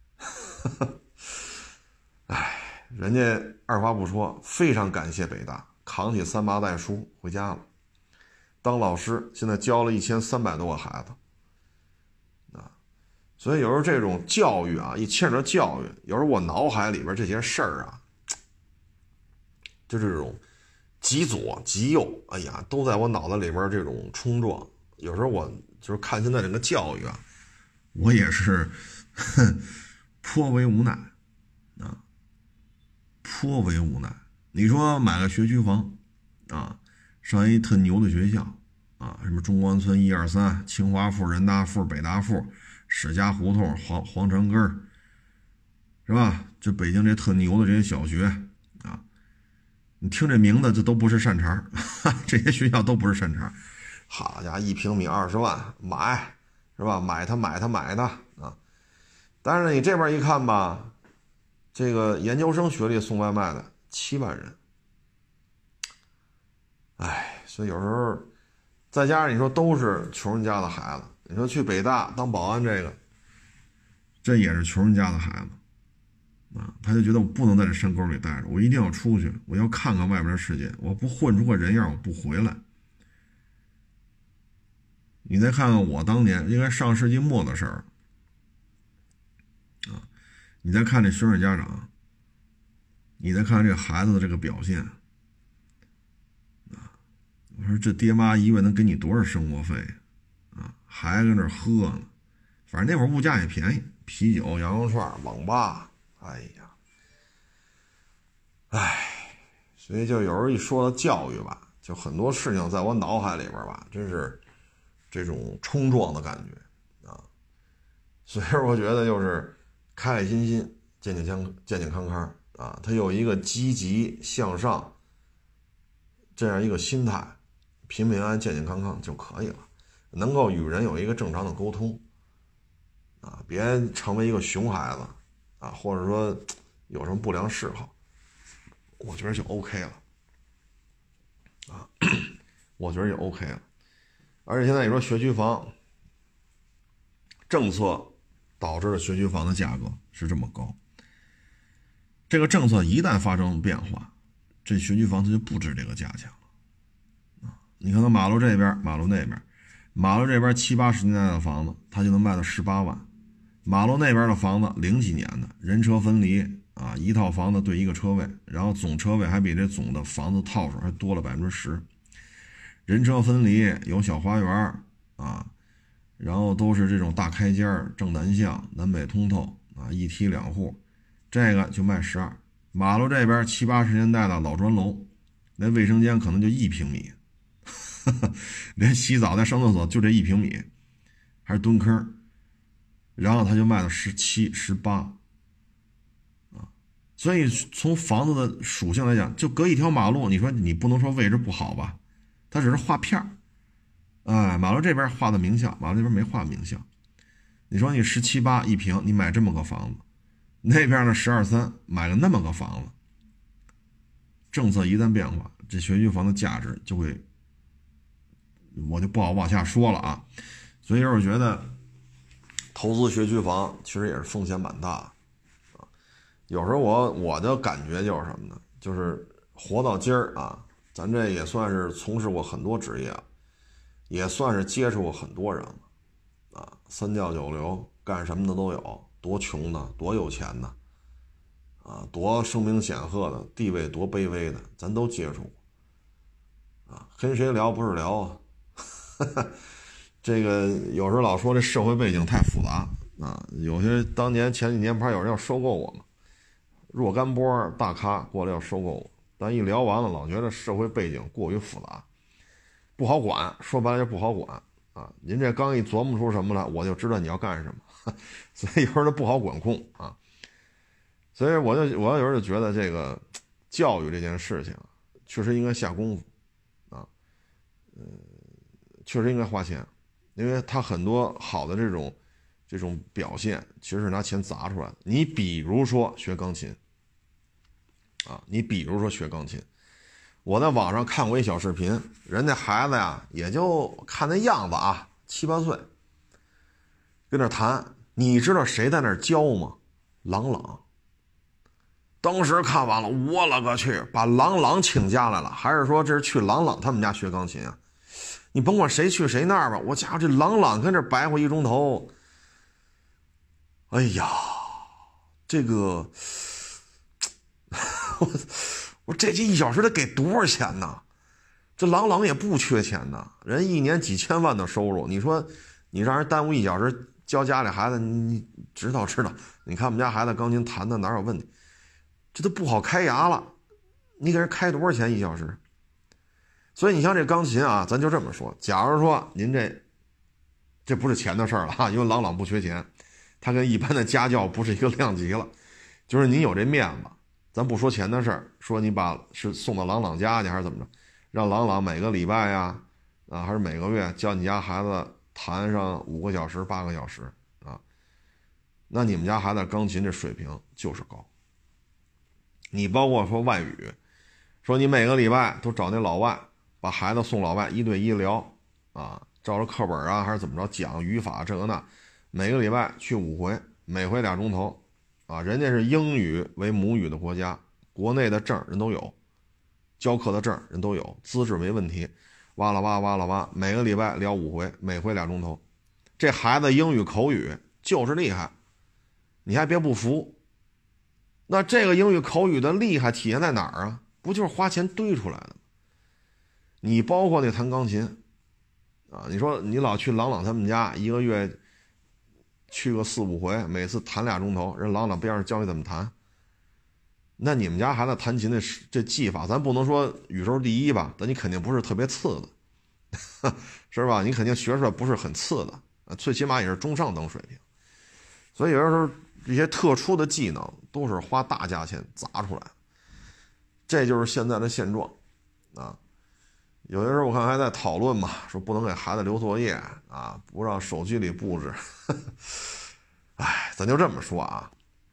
哎，人家二话不说，非常感谢北大，扛起3、8袋书回家了。当老师，现在教了1300多个孩子啊，所以有时候这种教育啊，一牵扯教育，有时候我脑海里边这些事儿啊，就这种极左极右，哎呀，都在我脑子里边这种冲撞。有时候我就是看现在这个教育啊，我也是颇为无奈啊，颇为无奈。你说买个学区房啊，上一特牛的学校啊，什么中关村1、2、3、清华附、人大附、北大附、史家胡同、皇城根儿，是吧？这北京这特牛的这些小学啊，你听这名字，这都不是善茬这些学校都不是善茬。好家伙，1平米20万买，是吧？买它啊！但是呢，你这边一看吧，这个研究生学历送外卖的7万人，哎，所以有时候再加上你说都是穷人家的孩子，你说去北大当保安，这也是穷人家的孩子啊，他就觉得我不能在这山沟里待着，我一定要出去，我要看看外边的世界，我不混出个人样，我不回来。你再看看我当年，应该上世纪末的事儿啊，你再看这学生家长，你再看这个孩子的这个表现啊，我说这爹妈一个月能给你多少生活费啊？还搁那喝呢，反正那会儿物价也便宜，啤酒、羊肉串、网吧，哎呀，所以就有时候一说到教育吧，就很多事情在我脑海里边吧，真是这种冲撞的感觉啊，所以我觉得就是开开心心、健健康康啊，他有一个积极向上这样一个心态，平平安安、健健康康就可以了，能够与人有一个正常的沟通啊，别成为一个熊孩子啊，或者说有什么不良嗜好，我觉得就 OK 了啊，我觉得就 OK 了。而且现在你说学区房政策导致了学区房的价格是这么高，这个政策一旦发生变化，这学区房它就不值这个价钱了啊！你看到马路这边，马路那边，马路这边70、80年代的房子，它就能卖到18万；马路那边的房子0几年的，人车分离啊，一套房子对一个车位，然后总车位还比这总的房子套数还多了10%。人车分离，有小花园啊，然后都是这种大开间，正南向，南北通透啊，一梯2户，这个就卖12。马路这边70、80年代的老砖楼，那卫生间可能就1平米，连洗澡再上厕所就这1平米，还是蹲坑，然后他就卖到17、18啊。所以从房子的属性来讲，就隔一条马路，你说你不能说位置不好吧？它只是划片儿，哎，马路这边划的名校，马路那边没划名校。你说你17、8一平，你买这么个房子，那边的12、3买了那么个房子，政策一旦变化，这学区房的价值就会，我就不好往下说了啊。所以我觉得投资学区房其实也是风险蛮大的啊。有时候我的感觉就是什么呢？就是活到今儿啊。咱这也算是从事过很多职业，也算是接触过很多人了啊，三教九流，干什么的都有，多穷的，多有钱的，啊，多声名显赫的，地位多卑微的，咱都接触过啊。跟谁聊不是聊啊？这个有时候老说这社会背景太复杂啊，有些当年前几年不是有人要收购我吗？若干波大咖过来要收购我。咱一聊完了，老觉得社会背景过于复杂，不好管，说白了就不好管啊。您这刚一琢磨出什么来，我就知道你要干什么，所以有时候不好管控啊。所以我有时候就觉得这个教育这件事情确实应该下功夫啊，确实应该花钱，因为他很多好的这种表现其实是拿钱砸出来的。你比如说学钢琴。啊，你比如说学钢琴，我在网上看过一小视频，人家孩子呀，也就看那样子啊，7、8岁，跟那弹。你知道谁在那儿教吗？郎朗。当时看完了，我勒个去，把郎朗请家来了，还是说这是去郎朗他们家学钢琴啊？你甭管谁去谁那儿吧，我家伙这郎朗跟这白活1钟头，哎呀，这个。我这1小时得给多少钱呢？这郎朗也不缺钱呢，人一年几千万的收入，你说你让人耽误1小时教家里孩子，你知道，你看我们家孩子钢琴弹的哪有问题？这都不好开牙了，你给人开多少钱1小时？ 所以你像这钢琴啊，咱就这么说，假如说您这不是钱的事儿了哈，因为朗朗不缺钱，他跟一般的家教不是一个量级了，就是您有这面子，咱不说钱的事儿，说你是送到朗朗家去还是怎么着，让朗朗每个礼拜呀，还是每个月教你家孩子弹上5个小时、8个小时啊，那你们家孩子钢琴这水平就是高。你包括说外语，说你每个礼拜都找那老外，把孩子送老外1对1聊啊，照着课本啊还是怎么着讲语法这个那，每个礼拜去5回，每回2钟头啊，人家是英语为母语的国家，国内的证人都有，教课的证人都有，资质没问题，哇啦哇，每个礼拜聊5回，每回2钟头，这孩子英语口语就是厉害，你还别不服。那这个英语口语的厉害体现在哪儿啊？不就是花钱堆出来的吗？你包括那弹钢琴啊，你说你老去朗朗他们家，一个月去个4、5回，每次弹2钟头，人朗朗边上教你怎么弹。那你们家孩子弹琴的这技法，咱不能说宇宙第一吧，但你肯定不是特别次的，是吧？你肯定学出来不是很次的，最起码也是中上等水平。所以有的时候这些特殊的技能都是花大价钱砸出来的，这就是现在的现状啊。有的时候我看还在讨论嘛，说不能给孩子留作业啊，不让手机里布置。哎，咱就这么说啊，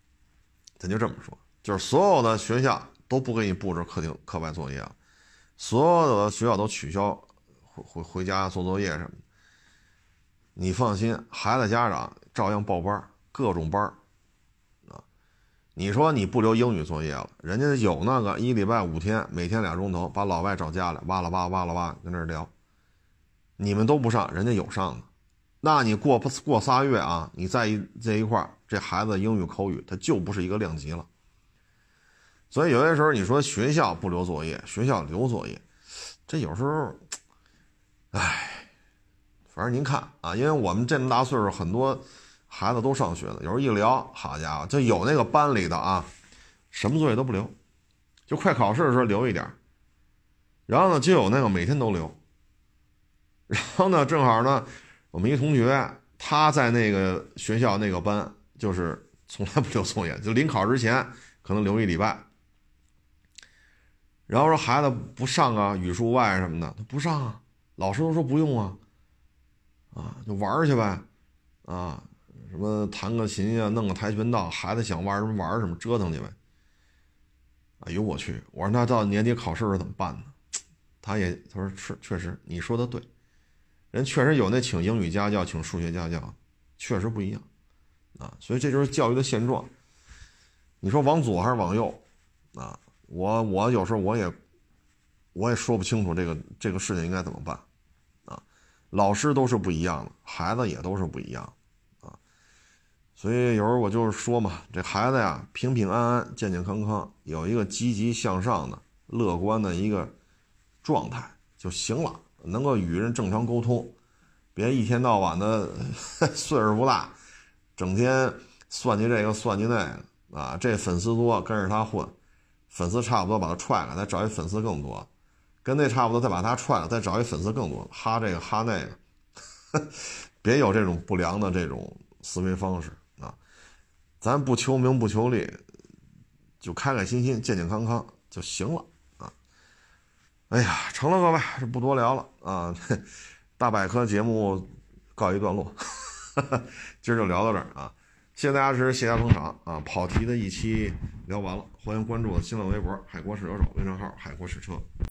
就是所有的学校都不给你布置课外作业了，所有的学校都取消回家做作业什么的。你放心，孩子家长照样报班，各种班啊。你说你不留英语作业了，人家有那个1礼拜5天，每天2钟头，把老外找家来，哇啦哇跟那儿聊。你们都不上，人家有上的。那你过3月啊，你在这一块，这孩子英语口语他就不是一个量级了。所以有些时候你说学校不留作业，学校留作业，这有时候，哎，反正您看啊，因为我们这么大岁数，很多孩子都上学的，有时候一聊，好家伙，就有那个班里的啊，什么作业都不留，就快考试的时候留一点，然后呢，就有那个每天都留，然后呢，正好呢，我们一同学他在那个学校那个班，就是从来不留作业，就临考之前可能留1礼拜。然后说孩子不上啊，语数外什么的，他不上啊，老师都说不用啊，就玩去呗，啊，什么弹个琴啊，弄个跆拳道，孩子想玩什么玩什么，折腾去呗。哎呦我去，我说那到年底考试时怎么办呢？他说是确实你说的对，人确实有那请英语家教，请数学家教，确实不一样啊，所以这就是教育的现状。你说往左还是往右啊？我有时候我也说不清楚这个事情应该怎么办啊。老师都是不一样的，孩子也都是不一样啊。所以有时候我就是说嘛，这孩子呀，平平安安、健健康康，有一个积极向上的、乐观的一个状态就行了，能够与人正常沟通，别一天到晚的岁数不大，整天算计这个算计那个啊，这粉丝多跟着他混。粉丝差不多把他踹了，再找一粉丝更多，跟那差不多再把他踹了，再找一粉丝更多，哈这个哈那个，别有这种不良的这种思维方式啊！咱不求名不求利，就开开心心、健健康康就行了啊！哎呀，成了各位，这不多聊了啊！大百科节目告一段落，今儿就聊到这儿啊！谢谢大家支持，谢谢大家捧场啊！跑题的一期聊完了，欢迎关注我的新浪微博海国试车手微信号海国试车。